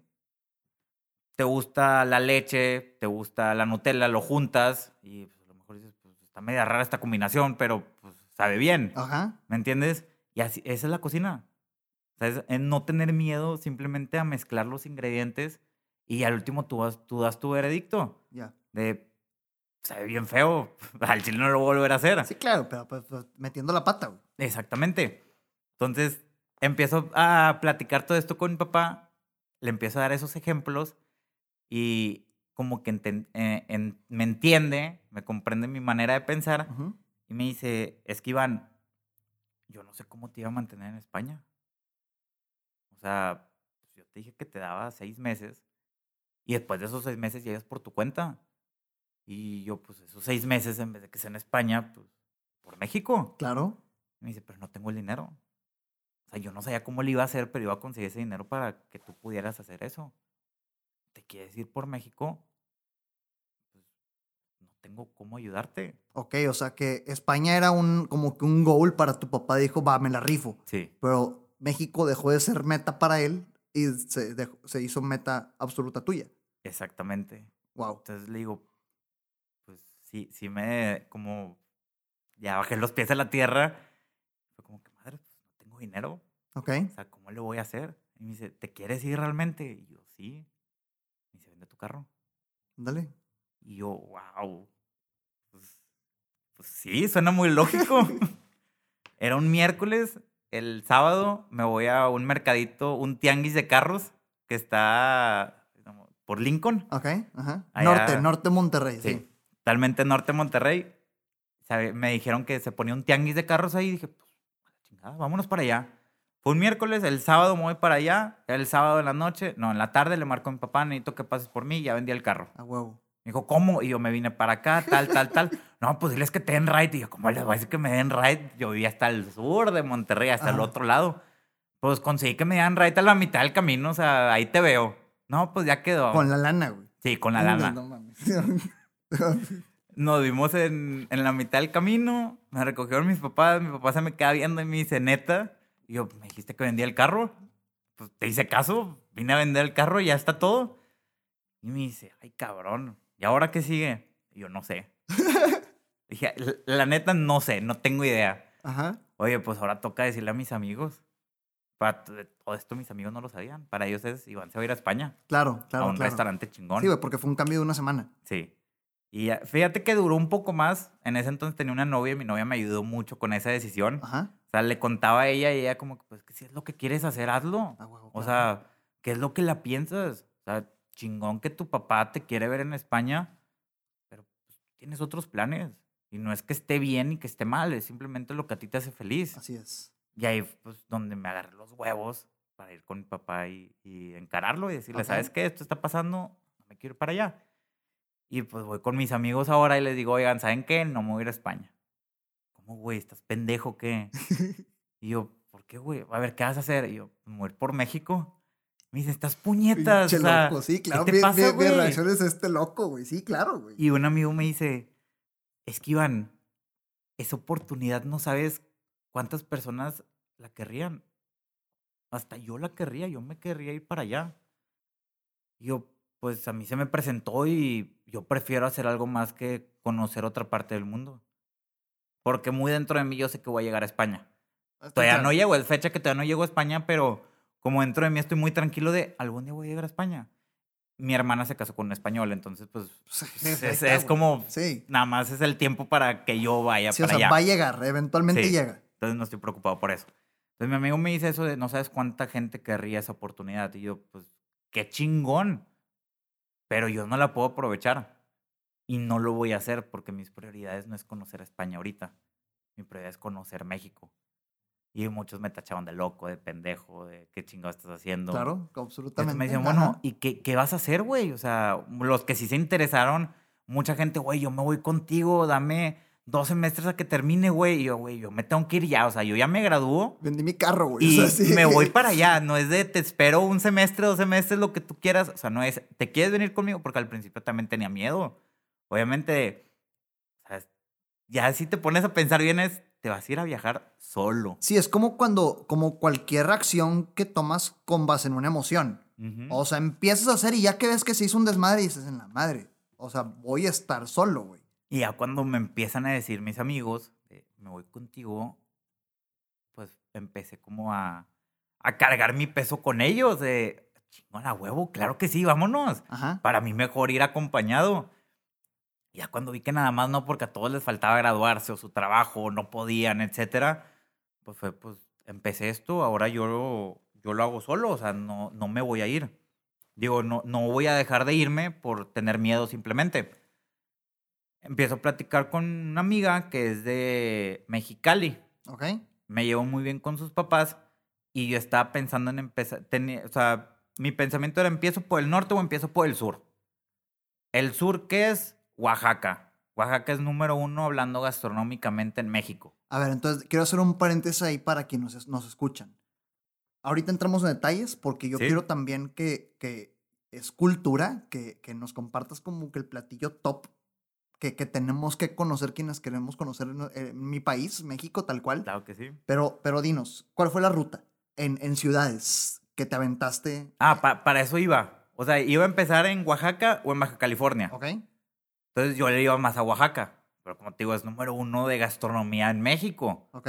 Te gusta la leche, te gusta la Nutella, lo juntas y pues, a lo mejor dices, pues está media rara esta combinación, pero pues sabe bien. Ajá. ¿Me entiendes? Y así, esa es la cocina. O sea, es, es no tener miedo simplemente a mezclar los ingredientes y al último tú, vas, tú das tu veredicto Ya. de, sabe bien feo, al chile no lo voy a volver a hacer. Sí, claro, pero pues, pues, metiendo la pata, güey. Exactamente. Entonces empiezo a platicar todo esto con mi papá, le empiezo a dar esos ejemplos y como que enten- eh, en- me entiende, me comprende mi manera de pensar Ujú. y me dice, es que Iván, yo no sé cómo te iba a mantener en España. O sea, pues, yo te dije que te daba seis meses y después de esos seis meses llegas por tu cuenta. Y yo, pues esos seis meses, en vez de que sea en España, pues por México. Claro. Y me dice, pero no tengo el dinero. O sea, yo no sabía cómo le iba a hacer, pero iba a conseguir ese dinero para que tú pudieras hacer eso. ¿Te quieres ir por México? Pues no tengo cómo ayudarte. Ok, o sea que España era un como que un goal para tu papá, dijo, va, me la rifo. Sí, Pero México dejó de ser meta para él y se, dejó- se hizo meta absoluta tuya. exactamente. Wow. Entonces le digo, pues sí, sí me, como, ya bajé los pies a la tierra. Fue como que, madre, pues no tengo dinero. Ok, O sea, ¿cómo le voy a hacer? Y me dice, ¿te quieres ir realmente? Y yo, sí. Y se vende tu carro. dale. Y yo, wow. Pues, pues sí, suena muy lógico. Era un miércoles, el sábado me voy a un mercadito, un tianguis de carros que está como, por Lincoln. Ok, ajá. Norte, Allá, norte Monterrey, sí, sí. totalmente norte de Monterrey. Sabe, me dijeron que se ponía un tianguis de carros ahí y dije, pues, a la chingada, vámonos para allá. Fue un miércoles, el sábado me voy para allá, el sábado en la noche, no, en la tarde le marco a mi papá, necesito que pases por mí, ya vendí el carro. A huevo. Me dijo, ¿cómo? Y yo me vine para acá, tal, tal, tal. No, pues diles que te den ride. Y yo, ¿cómo les voy a decir que me den ride? Yo vivía hasta el sur de Monterrey, hasta el Ajá. otro lado. Pues conseguí que me dieran ride a la mitad del camino, o sea, ahí te veo. No, pues ya quedó. Con la lana, güey. Sí, con la No, lana. no mames. Nos vimos en, en la mitad del camino, me recogieron mis papás, mi papá se me queda viendo y me dice, neta. Y yo, ¿me dijiste que vendía el carro? Pues te hice caso, vine a vender el carro y ya está todo. Y me dice, ay, cabrón, ¿y ahora qué sigue? Y yo, no sé. Dije, la, la neta, no sé, no tengo idea. Ajá. Oye, pues ahora toca decirle a mis amigos. Para t- todo esto mis amigos no lo sabían. Para ellos es, Iván se va a ir a España, Claro, a claro, un claro. restaurante chingón. Sí, güey, porque fue un cambio de una semana. Sí. Y ya- fíjate que duró un poco más. En ese entonces tenía una novia y mi novia me ayudó mucho con esa decisión. Ajá. O sea, le contaba a ella y ella como que, pues, que si es lo que quieres hacer, hazlo. A huevo, O claro. sea, ¿qué es lo que la piensas? O sea, chingón que tu papá te quiere ver en España, pero pues, tienes otros planes. Y no es que esté bien y que esté mal, es simplemente lo que a ti te hace feliz. Así es. Y ahí, pues, donde me agarré los huevos para ir con mi papá y, y encararlo y decirle, Ok. ¿sabes qué? Esto está pasando, no me quiero ir para allá. Y pues voy con mis amigos ahora y les digo, oigan, ¿saben qué? No me voy a ir a España. ¿Cómo, güey? ¿Estás pendejo o qué? Y yo, ¿por qué, güey? A ver, ¿qué vas a hacer? Y yo, "Me voy a ir por México". Me dice, ¿estás puñetas? Pinche O loco, sea, sí, ¿qué claro. te Mi, pasa, mi- mi güey? reacción es este loco, güey. Sí, claro, güey. Y un amigo me dice, es que Iván, esa oportunidad no sabes cuántas personas la querrían. Hasta yo la querría, yo me querría ir para allá. Y yo, pues a mí se me presentó y yo prefiero hacer algo más que conocer otra parte del mundo. Porque muy dentro de mí yo sé que voy a llegar a España. Está Todavía claro. no llego, es fecha que todavía no llego a España, pero como dentro de mí estoy muy tranquilo de algún día voy a llegar a España. Mi hermana se casó con un español, entonces pues Sí, es, ahí es- está, es güey. como Sí. nada más es el tiempo para que yo vaya Sí, o para sea, allá. va a llegar, eventualmente Sí, llega. entonces no estoy preocupado por eso. Entonces mi amigo me dice eso de no sabes cuánta gente querría esa oportunidad. Y yo, pues, qué chingón. Pero yo no la puedo aprovechar. Y no lo voy a hacer porque mis prioridades no es conocer España ahorita. Mi prioridad es conocer México. Y muchos me tachaban de loco, de pendejo, de qué chingado estás haciendo. Claro, Entonces absolutamente. me decían, Ajá. bueno, ¿y qué, qué vas a hacer, güey? O sea, los que sí se interesaron, mucha gente, güey, yo me voy contigo, dame dos semestres a que termine, güey. Y yo, güey, yo me tengo que ir ya. O sea, yo ya me gradúo Vendí mi carro, güey. O sea, y sí. me voy para allá. No es de te espero un semestre, dos semestres, lo que tú quieras. O sea, no es, ¿te quieres venir conmigo? Porque al principio también tenía miedo. Obviamente, o sea, ya si te pones a pensar bien es, te vas a ir a viajar solo. Sí, es como cuando, como cualquier acción que tomas con base en una emoción. Ujú. O sea, empiezas a hacer y ya que ves que se hizo un desmadre y dices, en la madre. O sea, voy a estar solo, güey. Y ya cuando me empiezan a decir mis amigos, de, me voy contigo, pues empecé como a, a cargar mi peso con ellos. De, chingón a huevo, claro que sí, vámonos. Ajá. Para mí mejor ir acompañado. Ya cuando vi que nada más no, porque a todos les faltaba graduarse o su trabajo, o no podían, etcétera, pues fue, pues empecé esto, ahora yo lo, yo lo hago solo, o sea, no, no me voy a ir. Digo, no, no voy a dejar de irme por tener miedo simplemente. Empiezo a platicar con una amiga que es de Mexicali. Ok. Me llevo muy bien con sus papás y yo estaba pensando en empezar, tenía- o sea, mi pensamiento era empiezo por el norte o empiezo por el sur. El sur, ¿qué es? Oaxaca. Oaxaca es número uno hablando gastronómicamente en México. A ver, entonces quiero hacer un paréntesis ahí para quienes nos, nos escuchan. Ahorita entramos en detalles porque yo ¿Sí? quiero también que, que es cultura, que, que nos compartas como que el platillo top que, que tenemos que conocer quienes queremos conocer en, en mi país, México, tal cual. Claro que sí. Pero, pero dinos, ¿cuál fue la ruta en, en ciudades que te aventaste? Ah, pa- para eso iba. O sea, iba a empezar en Oaxaca o en Baja California. ¿Ok? Entonces yo le iba más a Oaxaca. Pero como te digo, es número uno de gastronomía en México. ¿Ok?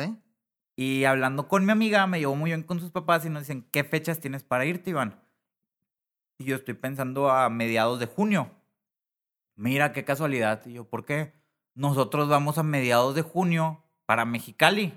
Y hablando con mi amiga, me llevo muy bien con sus papás y nos dicen, ¿qué fechas tienes para irte, Iván? Y yo estoy pensando a mediados de junio. Mira, qué casualidad. Y yo, ¿por qué? Nosotros vamos a mediados de junio para Mexicali.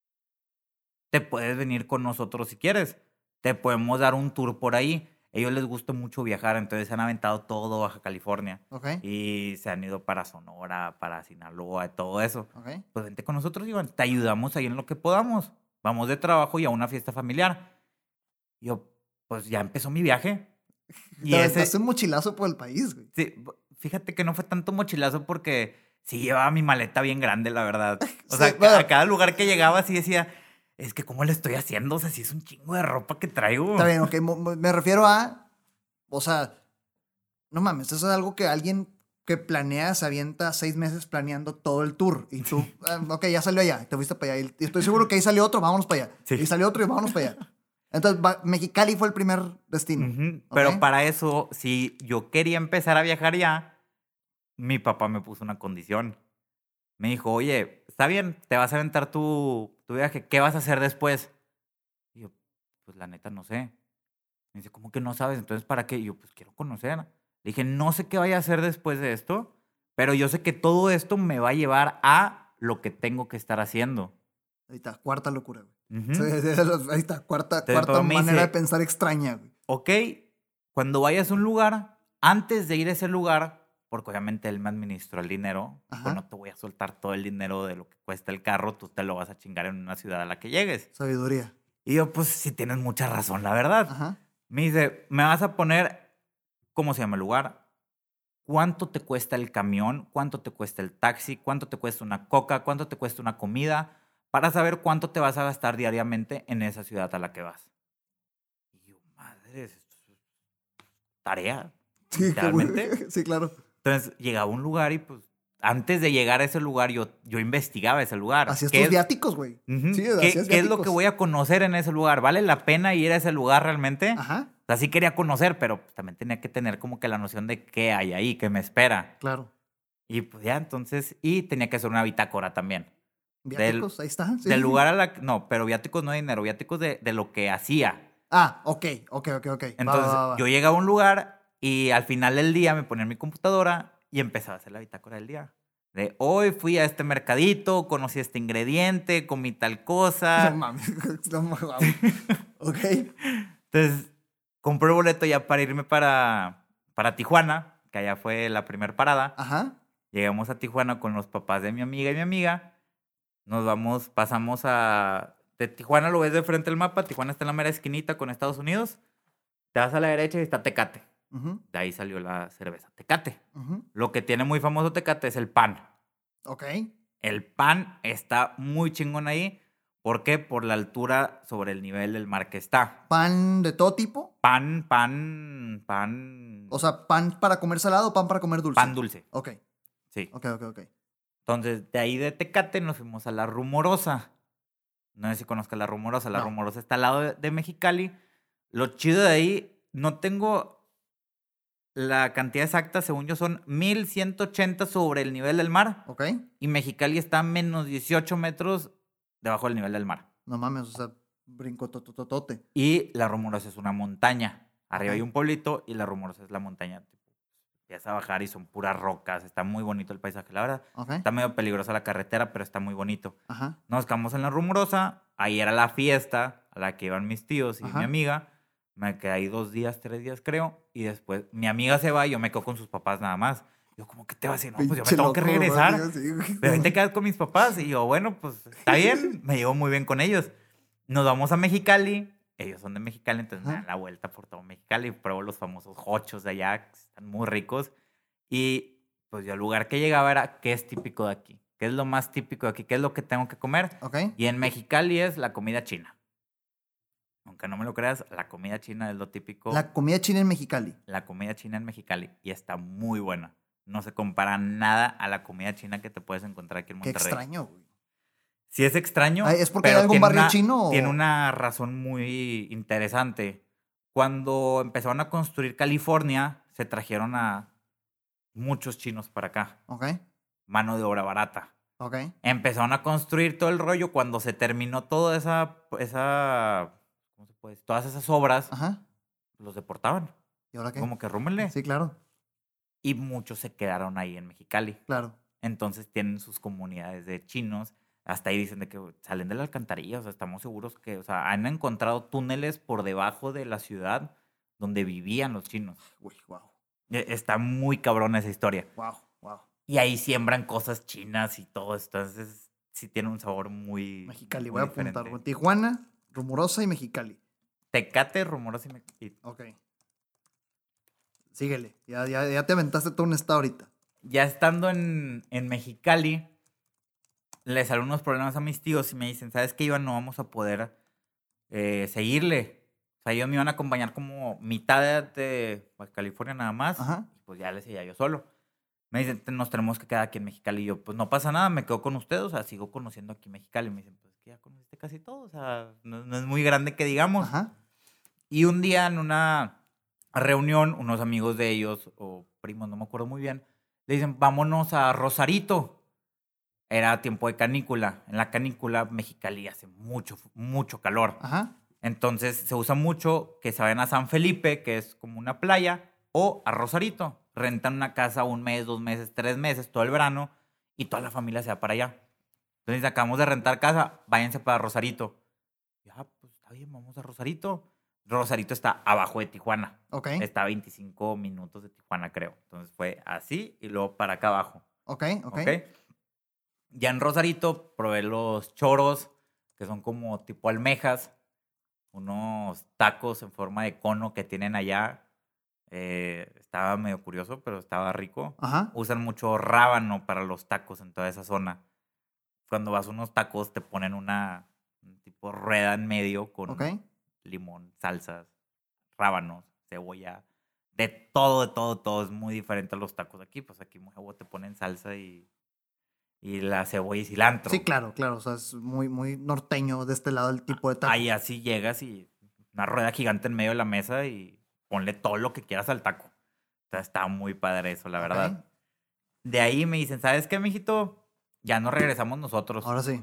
Te puedes venir con nosotros si quieres. Te podemos dar un tour por ahí. A ellos les gusta mucho viajar, entonces se han aventado todo Baja California. ¿Ok? Y se han ido para Sonora, para Sinaloa, todo eso. ¿Ok? Pues vente con nosotros, Iván. Te ayudamos ahí en lo que podamos. Vamos de trabajo y a una fiesta familiar. Y yo, pues ya empezó mi viaje. Y Te ese, aventaste un mochilazo por el país, güey. sí, b- fíjate que no fue tanto mochilazo porque sí llevaba mi maleta bien grande, la verdad. O Sí, sea, bueno. a cada lugar que llegaba sí decía, es que ¿cómo le estoy haciendo? O sea, sí es un chingo de ropa que traigo. Está bien, ok. mo- mo- Me refiero a. O sea, no mames, eso es algo que alguien que planea se avienta seis meses planeando todo el tour. Y tú, ah, ok, ya salió allá, te fuiste para allá. Y estoy seguro que ahí salió otro, vámonos para allá. Sí. Y salió otro y vámonos para allá. Entonces, va- Mexicali fue el primer destino. Ujú, pero ¿ok? para eso, si yo quería empezar a viajar ya, mi papá me puso una condición. Me dijo, oye, está bien, te vas a aventar tu, tu viaje, ¿qué vas a hacer después? Y yo, pues la neta no sé. Me dice, ¿cómo que no sabes? Entonces, ¿para qué? Y yo, pues quiero conocer. Le dije, no sé qué vaya a hacer después de esto, pero yo sé que todo esto me va a llevar a lo que tengo que estar haciendo. Ahí está, cuarta locura, güey. Ujú. Sí, sí, sí, ahí está, cuarta, Entonces, cuarta papá me manera dice- de pensar extraña, güey. Ok, cuando vayas a un lugar, antes de ir a ese lugar, porque obviamente él me administró el dinero, Ajá. pues no te voy a soltar todo el dinero de lo que cuesta el carro, tú te lo vas a chingar en una ciudad a la que llegues. Sabiduría. Y yo, pues sí tienes mucha razón, la verdad. Ajá. Me dice, me vas a poner, ¿cómo se llama el lugar? ¿Cuánto te cuesta el camión? ¿Cuánto te cuesta el taxi? ¿Cuánto te cuesta una coca? ¿Cuánto te cuesta una comida? Para saber cuánto te vas a gastar diariamente en esa ciudad a la que vas. Y yo, madre, esto es tarea, Sí, literalmente. sí, claro. Entonces llegaba a un lugar y pues antes de llegar a ese lugar yo, yo investigaba ese lugar. Hacías ¿Qué tus es- viáticos, güey. Ujú. Sí, ¿Qué, hacías qué es lo viáticos. que voy a conocer en ese lugar? ¿Vale la pena ir a ese lugar realmente? Ajá, O sea, sí quería conocer, pero pues, también tenía que tener como que la noción de qué hay ahí, qué me espera. claro. Y pues ya, entonces, y tenía que hacer una bitácora también. Viáticos, ahí está. sí, Del sí. lugar a la... No, pero viáticos no de dinero, viáticos de, de lo que hacía. Ah, ok, ok, ok, ok. Va, Entonces, va, va, va. yo llegaba a un lugar y al final del día me ponía en mi computadora y empezaba a hacer la bitácora del día. De hoy fui a este mercadito, conocí este ingrediente, comí tal cosa. No mames. No mames. Ok. Entonces, compré el boleto ya para irme para, para Tijuana, que allá fue la primera parada. Ajá. Llegamos a Tijuana con los papás de mi amiga y mi amiga. Nos vamos, pasamos a... de Tijuana lo ves de frente al mapa. Tijuana está en la mera esquinita con Estados Unidos. Te vas a la derecha y está Tecate. Ujú, De ahí salió la cerveza Tecate. ujú. Lo que tiene muy famoso Tecate es el pan. Ok. El pan está muy chingón ahí. ¿Por qué? Por la altura sobre el nivel del mar que está. ¿Pan de todo tipo? Pan, pan, pan... O sea, ¿pan para comer salado o pan para comer dulce? pan dulce. Ok, Sí. ok, ok, ok. Entonces, de ahí de Tecate nos fuimos a La Rumorosa. No sé si conozcas La Rumorosa. La No. Rumorosa está al lado de, de Mexicali. Lo chido de ahí, no tengo la cantidad exacta, según yo son mil ciento ochenta sobre el nivel del mar. Ok. Y Mexicali está a menos dieciocho metros debajo del nivel del mar. No mames, o sea, brinco tototote. Y La Rumorosa es una montaña. Arriba Ok. hay un pueblito y La Rumorosa es la montaña. Empiezas a bajar y son puras rocas. Está muy bonito el paisaje, la verdad. Ok. Está medio peligrosa la carretera, pero está muy bonito. Ajá. Nos quedamos en La Rumorosa. Ahí era la fiesta a la que iban mis tíos y Ajá. mi amiga. Me quedé ahí dos días, tres días, creo. Y después mi amiga se va y yo me quedo con sus papás nada más. Yo, como que te vas a decir? No, pues yo me Pinche tengo que loco, regresar. güey, sí, güey. Pero ahí te quedas con mis papás. Y yo, bueno, pues está bien. Me llevo muy bien con ellos. Nos vamos a Mexicali. Ellos son de Mexicali, entonces me Ajá. dan la vuelta por todo Mexicali. Pruebo los famosos hochos de allá, que están muy ricos. Y pues yo al lugar que llegaba era, ¿qué es típico de aquí? ¿Qué es lo más típico de aquí? ¿Qué es lo que tengo que comer? Ok. Y en Mexicali es la comida china. Aunque no me lo creas, la comida china es lo típico. La comida china en Mexicali. La comida china en Mexicali. Y está muy buena. No se compara nada a la comida china que te puedes encontrar aquí en Qué Monterrey. extraño, güey. Sí es extraño. Ay, ¿es porque pero hay algún tiene barrio una- chino o- Tiene una razón muy interesante. Cuando empezaron a construir California, se trajeron a muchos chinos para acá. Ok. Mano de obra barata. Ok. Empezaron a construir todo el rollo. Cuando se terminó toda esa, esa ¿cómo se puede decir? Todas esas obras, Ajá. los deportaban. ¿Y ahora qué? Como que rúmenle. Sí, claro. Y muchos se quedaron ahí en Mexicali. Claro. Entonces tienen sus comunidades de chinos. Hasta ahí dicen de que salen de la alcantarilla. O sea, estamos seguros que, o sea, han encontrado túneles por debajo de la ciudad donde vivían los chinos. Uy, wow. E- Está muy cabrona esa historia. Wow, wow. Y ahí siembran cosas chinas y todo esto. Entonces, sí tiene un sabor muy. Mexicali, muy voy a apuntar. diferente. güey. Tijuana, Rumorosa y Mexicali. Tecate, rumoroso y, me- y Ok. Síguele. Ya, ya, ya te aventaste todo un estado ahorita. ya estando en, en Mexicali, le salen unos problemas a mis tíos y me dicen, ¿sabes qué, Iván? No vamos a poder eh, seguirle. O sea, ellos me iban a acompañar como mitad de, de Baja California nada más. Ajá. Y pues ya les seguía yo solo. Me dicen, "Te- nos tenemos que quedar aquí en Mexicali". Y yo, pues no pasa nada, me quedo con ustedes. O sea, sigo conociendo aquí Mexicali. Me dicen, pues que ya conociste casi todo. O sea, no, no es muy grande que digamos. Ajá. Y un día en una reunión, unos amigos de ellos, o primos, no me acuerdo muy bien, le dicen, vámonos a Rosarito. Era tiempo de canícula. En la canícula, Mexicali hace mucho, mucho calor. Ajá. Entonces se usa mucho que se vayan a San Felipe, que es como una playa, o a Rosarito. Rentan una casa un mes, dos meses, tres meses, todo el verano, y toda la familia se va para allá. Entonces acabamos de rentar casa, váyanse para Rosarito. Ya, pues está bien, vamos a Rosarito. Rosarito está abajo de Tijuana. Ok. Está a veinticinco minutos de Tijuana, creo. Entonces fue así y luego para acá abajo. Ok, ok. ¿Ok? Ya en Rosarito probé los choros, que son como tipo almejas, unos tacos en forma de cono que tienen allá. Eh, estaba medio curioso, pero estaba rico. Ajá. Usan mucho rábano para los tacos en toda esa zona. Cuando vas a unos tacos te ponen una un tipo rueda en medio con Ok. limón, salsas, rábanos, cebolla, de todo, de todo, todo. Es muy diferente a los tacos de aquí. Pues aquí muy te ponen salsa y, y la cebolla y cilantro. Sí, claro, claro. O sea, es muy, muy norteño de este lado el tipo de taco. Ahí así llegas y una rueda gigante en medio de la mesa y ponle todo lo que quieras al taco. O sea, está muy padre eso, la Ok. verdad. De ahí me dicen, ¿sabes qué, mijito? Ya no regresamos nosotros. Ahora sí.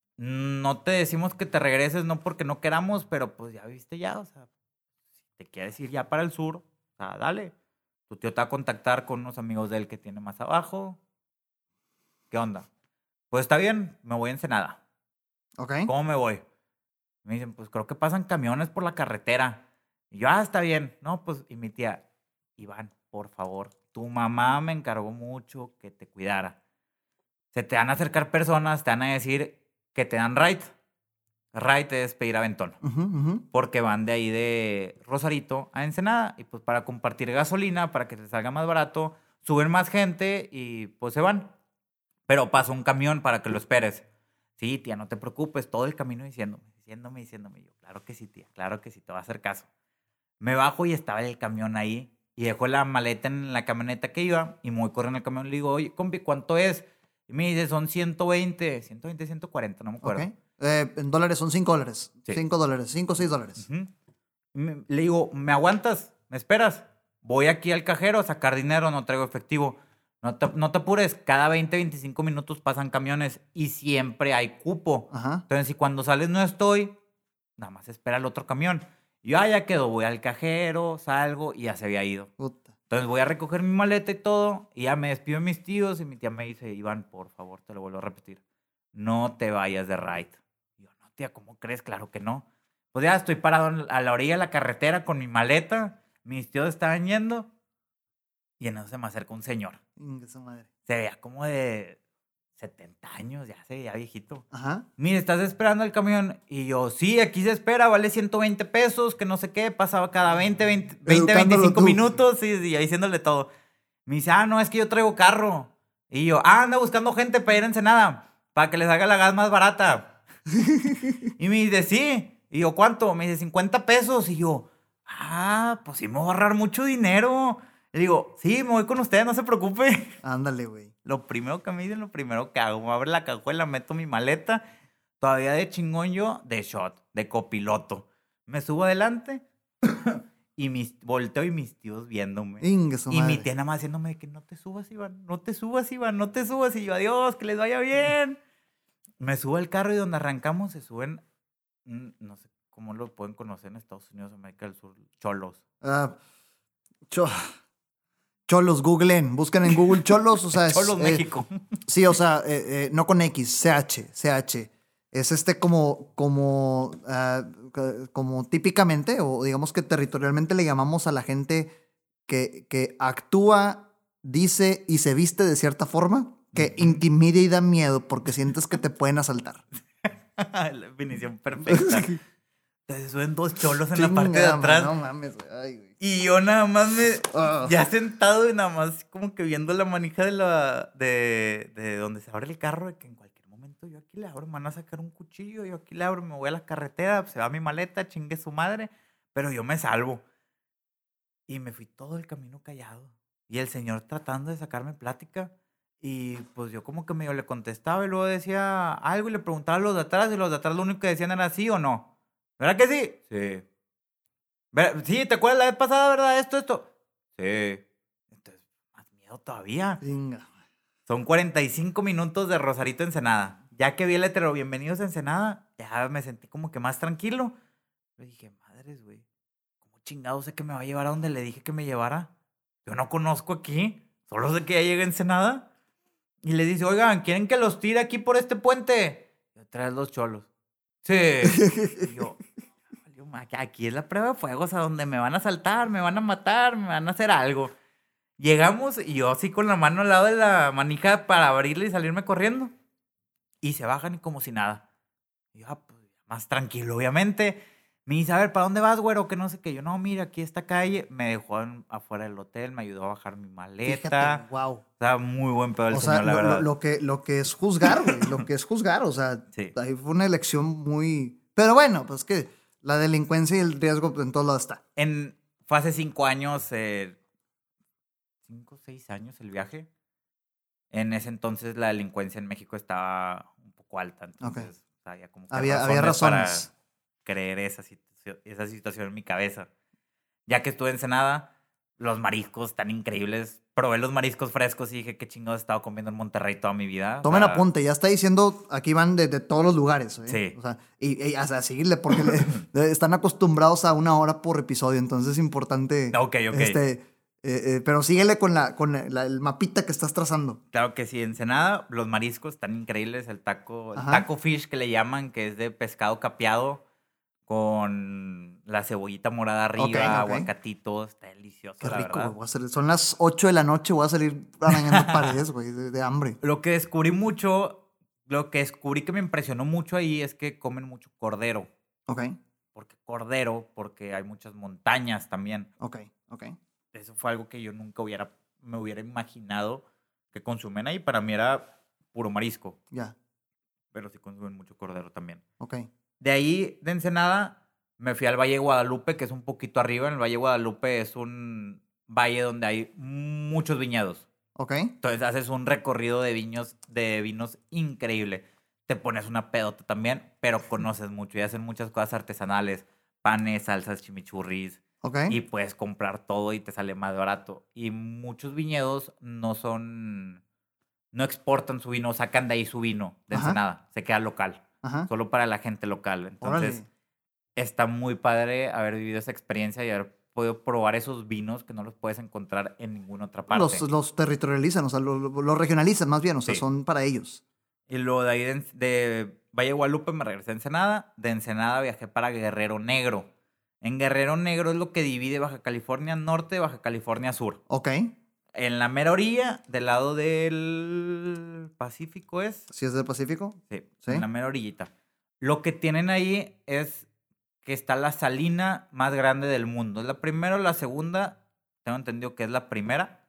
No te decimos que te regreses, no porque no queramos, pero pues ya viste ya, o sea, si te quieres ir ya para el sur, o sea, dale. Tu tío te va a contactar con unos amigos de él que tiene más abajo. ¿Qué onda? Pues está bien, me voy a Ensenada. Ok. ¿Cómo me voy? Me dicen, pues creo que pasan camiones por la carretera. Y yo, ah, está bien. No, pues, y mi tía, Iván, por favor, tu mamá me encargó mucho que te cuidara. Se te van a acercar personas, te van a decir que te dan right. ride es pedir aventón. Uh-huh, uh-huh. Porque van de ahí de Rosarito a Ensenada. Y pues para compartir gasolina, para que te salga más barato, suben más gente y pues se van. Pero pasa un camión para que lo esperes. Sí, tía, no te preocupes. Todo el camino diciéndome, diciéndome, diciéndome. Y yo, claro que sí, tía, claro que sí, te va a hacer caso. Me bajo y estaba el camión ahí. Y dejo la maleta en la camioneta que iba. Y me voy corriendo al camión y le digo, oye, compi, ¿cuánto es? Y me dice, son ciento veinte, ciento veinte, ciento cuarenta, no me acuerdo. Ok. Eh, en dólares son cinco dólares. Sí. cinco dólares, cinco o seis dólares. Uh-huh. Me- Le digo, ¿me aguantas? ¿Me esperas? Voy aquí al cajero a sacar dinero, no traigo efectivo. No te, no te apures, cada veinte, veinticinco minutos pasan camiones y siempre hay cupo. Ajá. Entonces, si cuando sales no estoy, nada más espera el otro camión. Y yo, ah, ya quedó, voy al cajero, salgo y ya se había ido. Puta. Entonces voy a recoger mi maleta y todo, y ya me despido de mis tíos y mi tía me dice, Iván, por favor, te lo vuelvo a repetir, no te vayas de ride. Y yo, no, tía, ¿cómo crees? Claro que no. Pues ya estoy parado en- a la orilla de la carretera con mi maleta, mis tíos estaban yendo, y en eso se me acerca un señor. Inga su madre. Se veía como de setenta años, ya se veía viejito. Ajá. Mire, ¿estás esperando el camión? Y yo, sí, aquí se espera, vale ciento veinte pesos, que no sé qué, pasaba cada veinte, veinte, veinte, Educándolo veinticinco tú. minutos, y, y ahí diciéndole todo. Me dice, ah, no, es que yo traigo carro. Y yo, ah, anda buscando gente para ir a Ensenada, para que les haga la gas más barata. Y me dice, sí. Y yo, ¿cuánto? Me dice, cincuenta pesos. Y yo, ah, pues sí me voy a ahorrar mucho dinero. Le digo, sí, me voy con usted, no se preocupe. Ándale, güey. Lo primero que me dicen, lo primero que hago, me abro la cajuela, meto mi maleta, todavía de chingón yo, de shot, de copiloto. Me subo adelante y mis, volteo y mis tíos viéndome. Inga su Y madre. mi tía nada más haciéndome de que no te subas, Iván, no te subas, Iván, no te subas. Y yo, adiós, que les vaya bien. Me subo al carro y donde arrancamos se suben, mm, no sé cómo lo pueden conocer en Estados Unidos, América del Sur, cholos. Ah, cho- Cholos, googlen, buscan en Google Cholos, o sea, es, Cholos, eh, México. sí, o sea, eh, eh, no con X, C H, C H. Es este como, como, ah, ca- como típicamente, o digamos que territorialmente le llamamos a la gente que, que actúa, dice y se viste de cierta forma, que Ujú. intimida y da miedo porque sientes que te pueden asaltar. La definición perfecta. Se suben dos cholos en la parte de Chingada, atrás. No mames, güey. Ay, güey. Y yo nada más me... Ah. Ya sentado y nada más como que viendo la manija de la... De, de donde se abre el carro, de que en cualquier momento yo aquí le abro, me van a sacar un cuchillo, yo aquí le abro, me voy a la carretera, se va mi maleta, chingue su madre, pero yo me salvo. Y me fui todo el camino callado. Y el señor tratando de sacarme plática. Y pues yo como que medio le contestaba y luego decía algo y le preguntaba a los de atrás y los de atrás lo único que decían era sí o no. ¿Verdad que sí? Sí. ¿Ver- Sí, ¿te acuerdas la vez pasada, verdad? Esto, esto. Sí. Entonces, más miedo todavía. Venga. Son cuarenta y cinco minutos de Rosarito a Ensenada. Ya que vi el letrero, bienvenidos a Ensenada, ya me sentí como que más tranquilo. Le dije, madres, güey, ¿cómo chingado sé que me va a llevar a donde le dije que me llevara? Yo no conozco aquí, solo sé que ya llegué a Ensenada. Y le dice, oigan, ¿quieren que los tire aquí por este puente? Y otra vez los cholos. Sí. Y yo, "Valió ma- que aquí es la prueba de fuego, o sea, donde me van a asaltar, me van a matar, me van a hacer algo. Llegamos y yo así con la mano al lado de la manija para abrirle y salirme corriendo. Y se bajan y como si nada. Y yo, ah, pues, más tranquilo, obviamente. Me dice, a ver, ¿para dónde vas, güero? Que no sé qué. Yo, no, mira, aquí esta calle. Me dejó en- afuera del hotel, me ayudó a bajar mi maleta. Fíjate, wow. O sea, muy buen pedo el O señor, sea, la lo, verdad. lo- lo que, lo que es juzgar, güey. Lo que es juzgar. O sea, Sí. ahí fue una elección muy. Pero bueno, pues que la delincuencia y el riesgo pues, en todos lados está. En, fue hace cinco años, eh, cinco o seis años el viaje. En ese entonces la delincuencia en México estaba un poco alta. Entonces, o sea, había como que Había, había para razones. creer esa, situ- esa situación en mi cabeza. Ya que estuve en Ensenada, los mariscos tan increíbles. Probé los mariscos frescos y dije, qué chingados he estado comiendo en Monterrey toda mi vida. O Tomen sea, apunte, ya está diciendo, aquí van de, de todos los lugares. ¿eh? Sí. O sea, y, y hasta seguirle, porque le- le- están acostumbrados a una hora por episodio, entonces es importante. Ok, ok. Este, eh, eh, pero síguele con, la, con la- la- el mapita que estás trazando. Claro que sí, Ensenada, los mariscos tan increíbles. El taco, el Ajá. taco fish que le llaman, que es de pescado capeado con la cebollita morada arriba, Ok, ok. aguacatito. Está delicioso, Qué la rico, verdad. güey. voy a salir- Son las ocho de la noche, voy a salir arañando paredes, güey, de, de hambre. Lo que descubrí mucho lo que descubrí que me impresionó mucho ahí es que comen mucho cordero. Ok, Porque cordero, porque hay muchas montañas también. ok, ok. Eso fue algo que yo nunca hubiera, me hubiera imaginado que consumen ahí. Para mí era puro marisco, Ya, pero sí consumen mucho cordero también. ok, De ahí, de Ensenada, me fui al Valle de Guadalupe, que es un poquito arriba. En el Valle de Guadalupe es un valle donde hay muchos viñedos. ok. Entonces haces un recorrido de viños, de vinos increíble. Te pones una pedota también, pero conoces mucho y hacen muchas cosas artesanales, panes, salsas, chimichurris, Ok, y puedes comprar todo y te sale más barato. Y muchos viñedos no son, no exportan su vino, sacan de ahí su vino de ajá, Ensenada, se queda local, ajá. solo para la gente local. Entonces Órale. está muy padre haber vivido esa experiencia y haber podido probar esos vinos que no los puedes encontrar en ninguna otra Los, parte. los territorializan, o sea, los lo, lo regionalizan más bien, o sea, Sí. son para ellos. Y luego de ahí de, de Valle de Guadalupe me regresé a Ensenada. De Ensenada viajé para Guerrero Negro. En Guerrero Negro es lo que divide Baja California Norte de Baja California Sur. Ok, En la mera orilla, del lado del Pacífico es. si es del Pacífico. Sí, Sí. en la mera orillita. Lo que tienen ahí es que está la salina más grande del mundo. ¿Es la primera o la segunda? Tengo entendido que es la primera.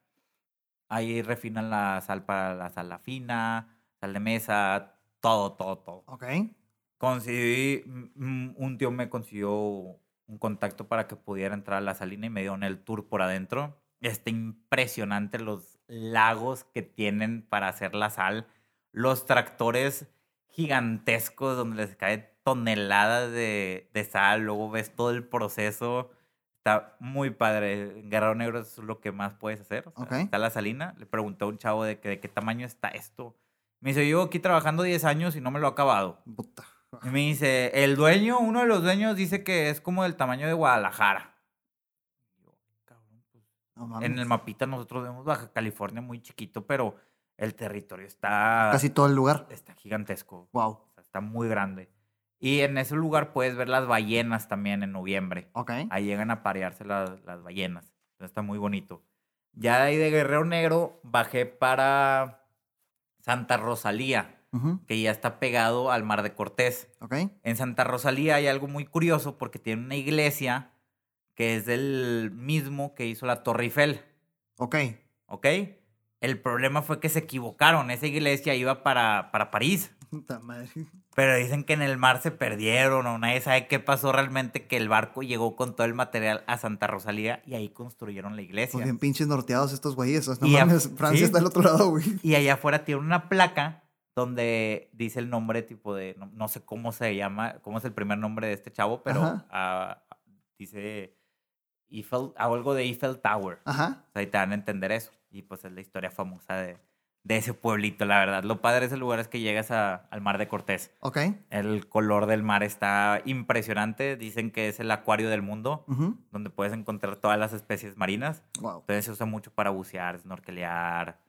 Ahí refinan la sal para la sal fina, sal de mesa, todo, todo, todo. Ok, Conseguí, mm, un tío me consiguió un contacto para que pudiera entrar a la salina y me dieron el tour por adentro. Está impresionante los lagos que tienen para hacer la sal, los tractores gigantescos donde les cae toneladas de, de sal, luego ves todo el proceso. Está muy padre. En Guerrero Negro es lo que más puedes hacer. O sea, ok. está la salina. Le pregunté a un chavo de, que, de qué tamaño está esto. Me dice, yo aquí trabajando diez años y no me lo he acabado. Puta. Y me dice, el dueño, uno de los dueños dice que es como del tamaño de Guadalajara. Y yo, cabrón, pues, No en el mames. mapita nosotros vemos Baja California muy chiquito, pero el territorio está, Casi todo el lugar. está gigantesco. Wow. O sea, está muy grande. Y en ese lugar puedes ver las ballenas también en noviembre. Ok. Ahí llegan a parearse las, las ballenas. Entonces está muy bonito. Ya de ahí de Guerrero Negro bajé para Santa Rosalía, Ujú, que ya está pegado al Mar de Cortés. ok. En Santa Rosalía hay algo muy curioso porque tiene una iglesia que es del mismo que hizo la Torre Eiffel, Ok. ¿ok? El problema fue que se equivocaron. Esa iglesia iba para, para París. Puta madre. Pero dicen que en el mar se perdieron o nadie sabe qué pasó realmente, que el barco llegó con todo el material a Santa Rosalía y ahí construyeron la iglesia. Pues bien pinches norteados estos güeyes. o sea, No Y a- mames, Francia sí. está al otro lado, güey. Y allá afuera tiene una placa donde dice el nombre tipo de, no, no sé cómo se llama, cómo es el primer nombre de este chavo, pero Ajá. ah, dice Eiffel, algo de Eiffel Tower. Ajá. O sea, ahí te van a entender eso. Y pues es la historia famosa de, de ese pueblito, la verdad. Lo padre de ese lugar es que llegas a- al Mar de Cortés. Ok. El color del mar está impresionante. Dicen que es el acuario del mundo, Ujú. donde puedes encontrar todas las especies marinas. Wow. Entonces se usa mucho para bucear, snorkelear.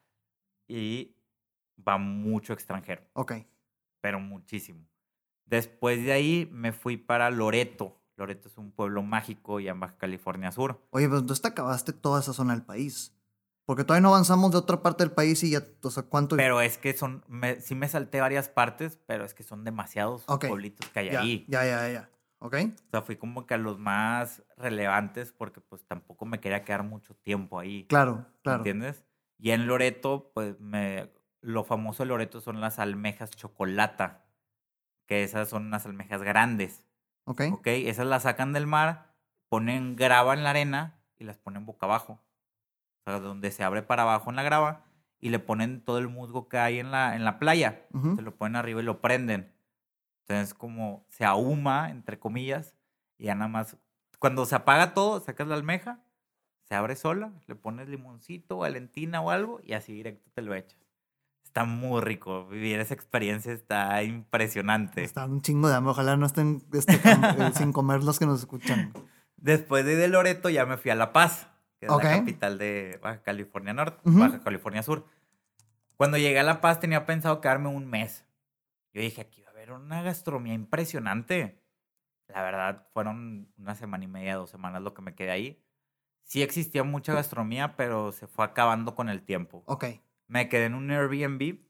Y va mucho extranjero, Ok. pero muchísimo. Después de ahí me fui para Loreto. Loreto es un pueblo mágico ya en Baja California Sur. Oye, pues entonces te acabaste toda esa zona del país. Porque todavía no avanzamos de otra parte del país y ya, o sea, ¿cuánto? Pero es que son, me- sí me salté varias partes, pero es que son demasiados Ok. pueblitos que hay ya, ahí. ya, ya, ya. Ok. O sea, fui como que a los más relevantes porque pues tampoco me quería quedar mucho tiempo ahí. Claro, claro. ¿Entiendes? Y en Loreto, pues me, lo famoso de Loreto son las almejas chocolata, que esas son unas almejas grandes. Ok. ¿Ok? Esas las sacan del mar, ponen grava en la arena y las ponen boca abajo. O sea, donde se abre para abajo en la grava y le ponen todo el musgo que hay en la, en la playa. Ujú. Se lo ponen arriba y lo prenden. Entonces, como se ahuma, entre comillas, y ya nada más. Cuando se apaga todo, sacas la almeja, se abre sola, le pones limoncito, valentina o algo y así directo te lo echas. Está muy rico. Vivir esa experiencia está impresionante. Está un chingo de hambre. Ojalá no estén este, cam- eh, sin comer los que nos escuchan. Después de, de Loreto ya me fui a La Paz, que es Ok. la capital de Baja California Norte, Ujú. Baja California Sur. Cuando llegué a La Paz tenía pensado quedarme un mes. Yo dije, aquí va a haber una gastronomía impresionante. La verdad, fueron una semana y media, dos semanas lo que me quedé ahí. Sí existía mucha gastronomía, pero se fue acabando con el tiempo. Ok. Me quedé en un Airbnb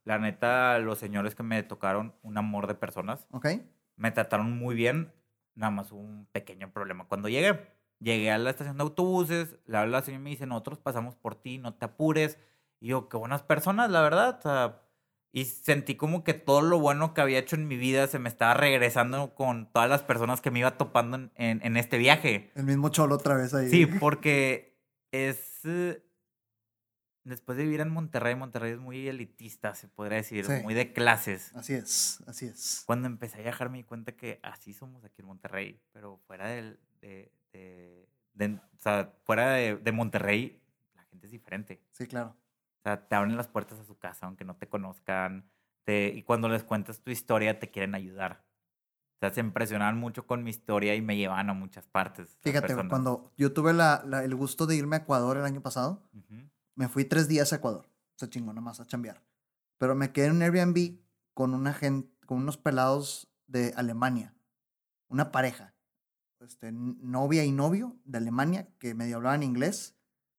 La neta, los señores que me tocaron, un amor de personas. Ok. Me trataron muy bien. Nada más hubo un pequeño problema. Cuando llegué, llegué a la estación de autobuses, le habla la señora y me dice, nosotros pasamos por ti, no te apures. Y yo, qué buenas personas, la verdad. O sea, y sentí como que todo lo bueno que había hecho en mi vida se me estaba regresando con todas las personas que me iba topando en, en, en este viaje. El mismo cholo otra vez ahí. Sí, porque es... eh, después de vivir en Monterrey, Monterrey es muy elitista, se podría decir, Sí. muy de clases. Así es, así es. Cuando empecé a viajar me di cuenta que así somos aquí en Monterrey, pero fuera del- de, de, de- o sea, fuera de, de Monterrey, la gente es diferente. Sí, claro. O sea, te abren las puertas a su casa aunque no te conozcan, te, y cuando les cuentas tu historia te quieren ayudar. O sea, se impresionaban mucho con mi historia y me llevaban a muchas partes. las Fíjate, güey, personas. cuando yo tuve la, la- el gusto de irme a Ecuador el año pasado, Ujú. me fui tres días a Ecuador. O sea, chingón, nada más a chambear. Pero me quedé en un Airbnb con una gente, con unos pelados de Alemania. Una pareja. Este, n- novia y novio de Alemania que medio hablaban inglés.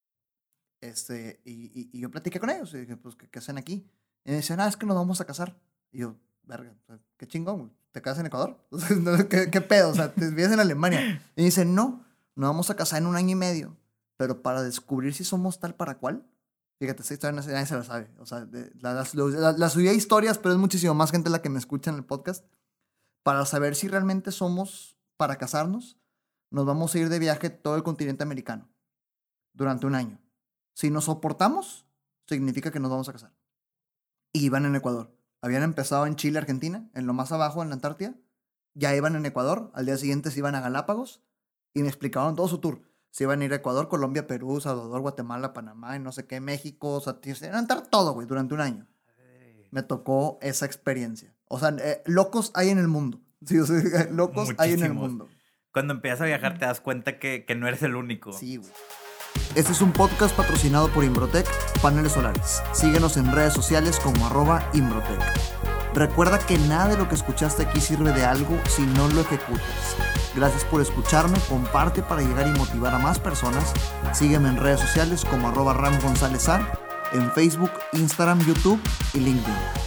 Este, y, y- y yo platiqué con ellos. Y dije, pues, ¿qué, qué hacen aquí? Y me decían, ah, es que nos vamos a casar. Y yo, verga, o sea, qué chingón, güey. ¿Te casas en Ecuador? O sea, no, ¿qué, qué pedo? O sea, te vives en Alemania. Y dicen, no, nos vamos a casar en un año y medio. Pero para descubrir si somos tal para cual. Fíjate, esta historia nadie nadie se la sabe. O sea, de- la, las- lo- la- la subí a historias, pero es muchísimo más gente la que me escucha en el podcast. Para saber si realmente somos para casarnos, nos vamos a ir de viaje todo el continente americano durante un año. Si nos soportamos, significa que nos vamos a casar. Y iban en Ecuador. Habían empezado en Chile, Argentina, en lo más abajo, en la Antártida. Ya iban en Ecuador. Al día siguiente se iban a Galápagos y me explicaron todo su tour. Se iban a ir a Ecuador, Colombia, Perú, Salvador, Guatemala, Panamá y no sé qué, México. O sea, se iban a entrar todo, güey, durante un año. Me tocó esa experiencia. O sea, eh, locos hay en el mundo. Sí, o sea, locos hay en el Muchísimos. mundo. Cuando empiezas a viajar te das cuenta que, que no eres el único. Sí, güey. Este es un podcast patrocinado por Imbrotec Paneles Solares. Síguenos en redes sociales como arroba Imbrotec. Recuerda que nada de lo que escuchaste aquí sirve de algo si no lo ejecutas. Gracias por escucharme, comparte para llegar y motivar a más personas. Sígueme en redes sociales como arroba Ram González A, en Facebook, Instagram, YouTube y LinkedIn.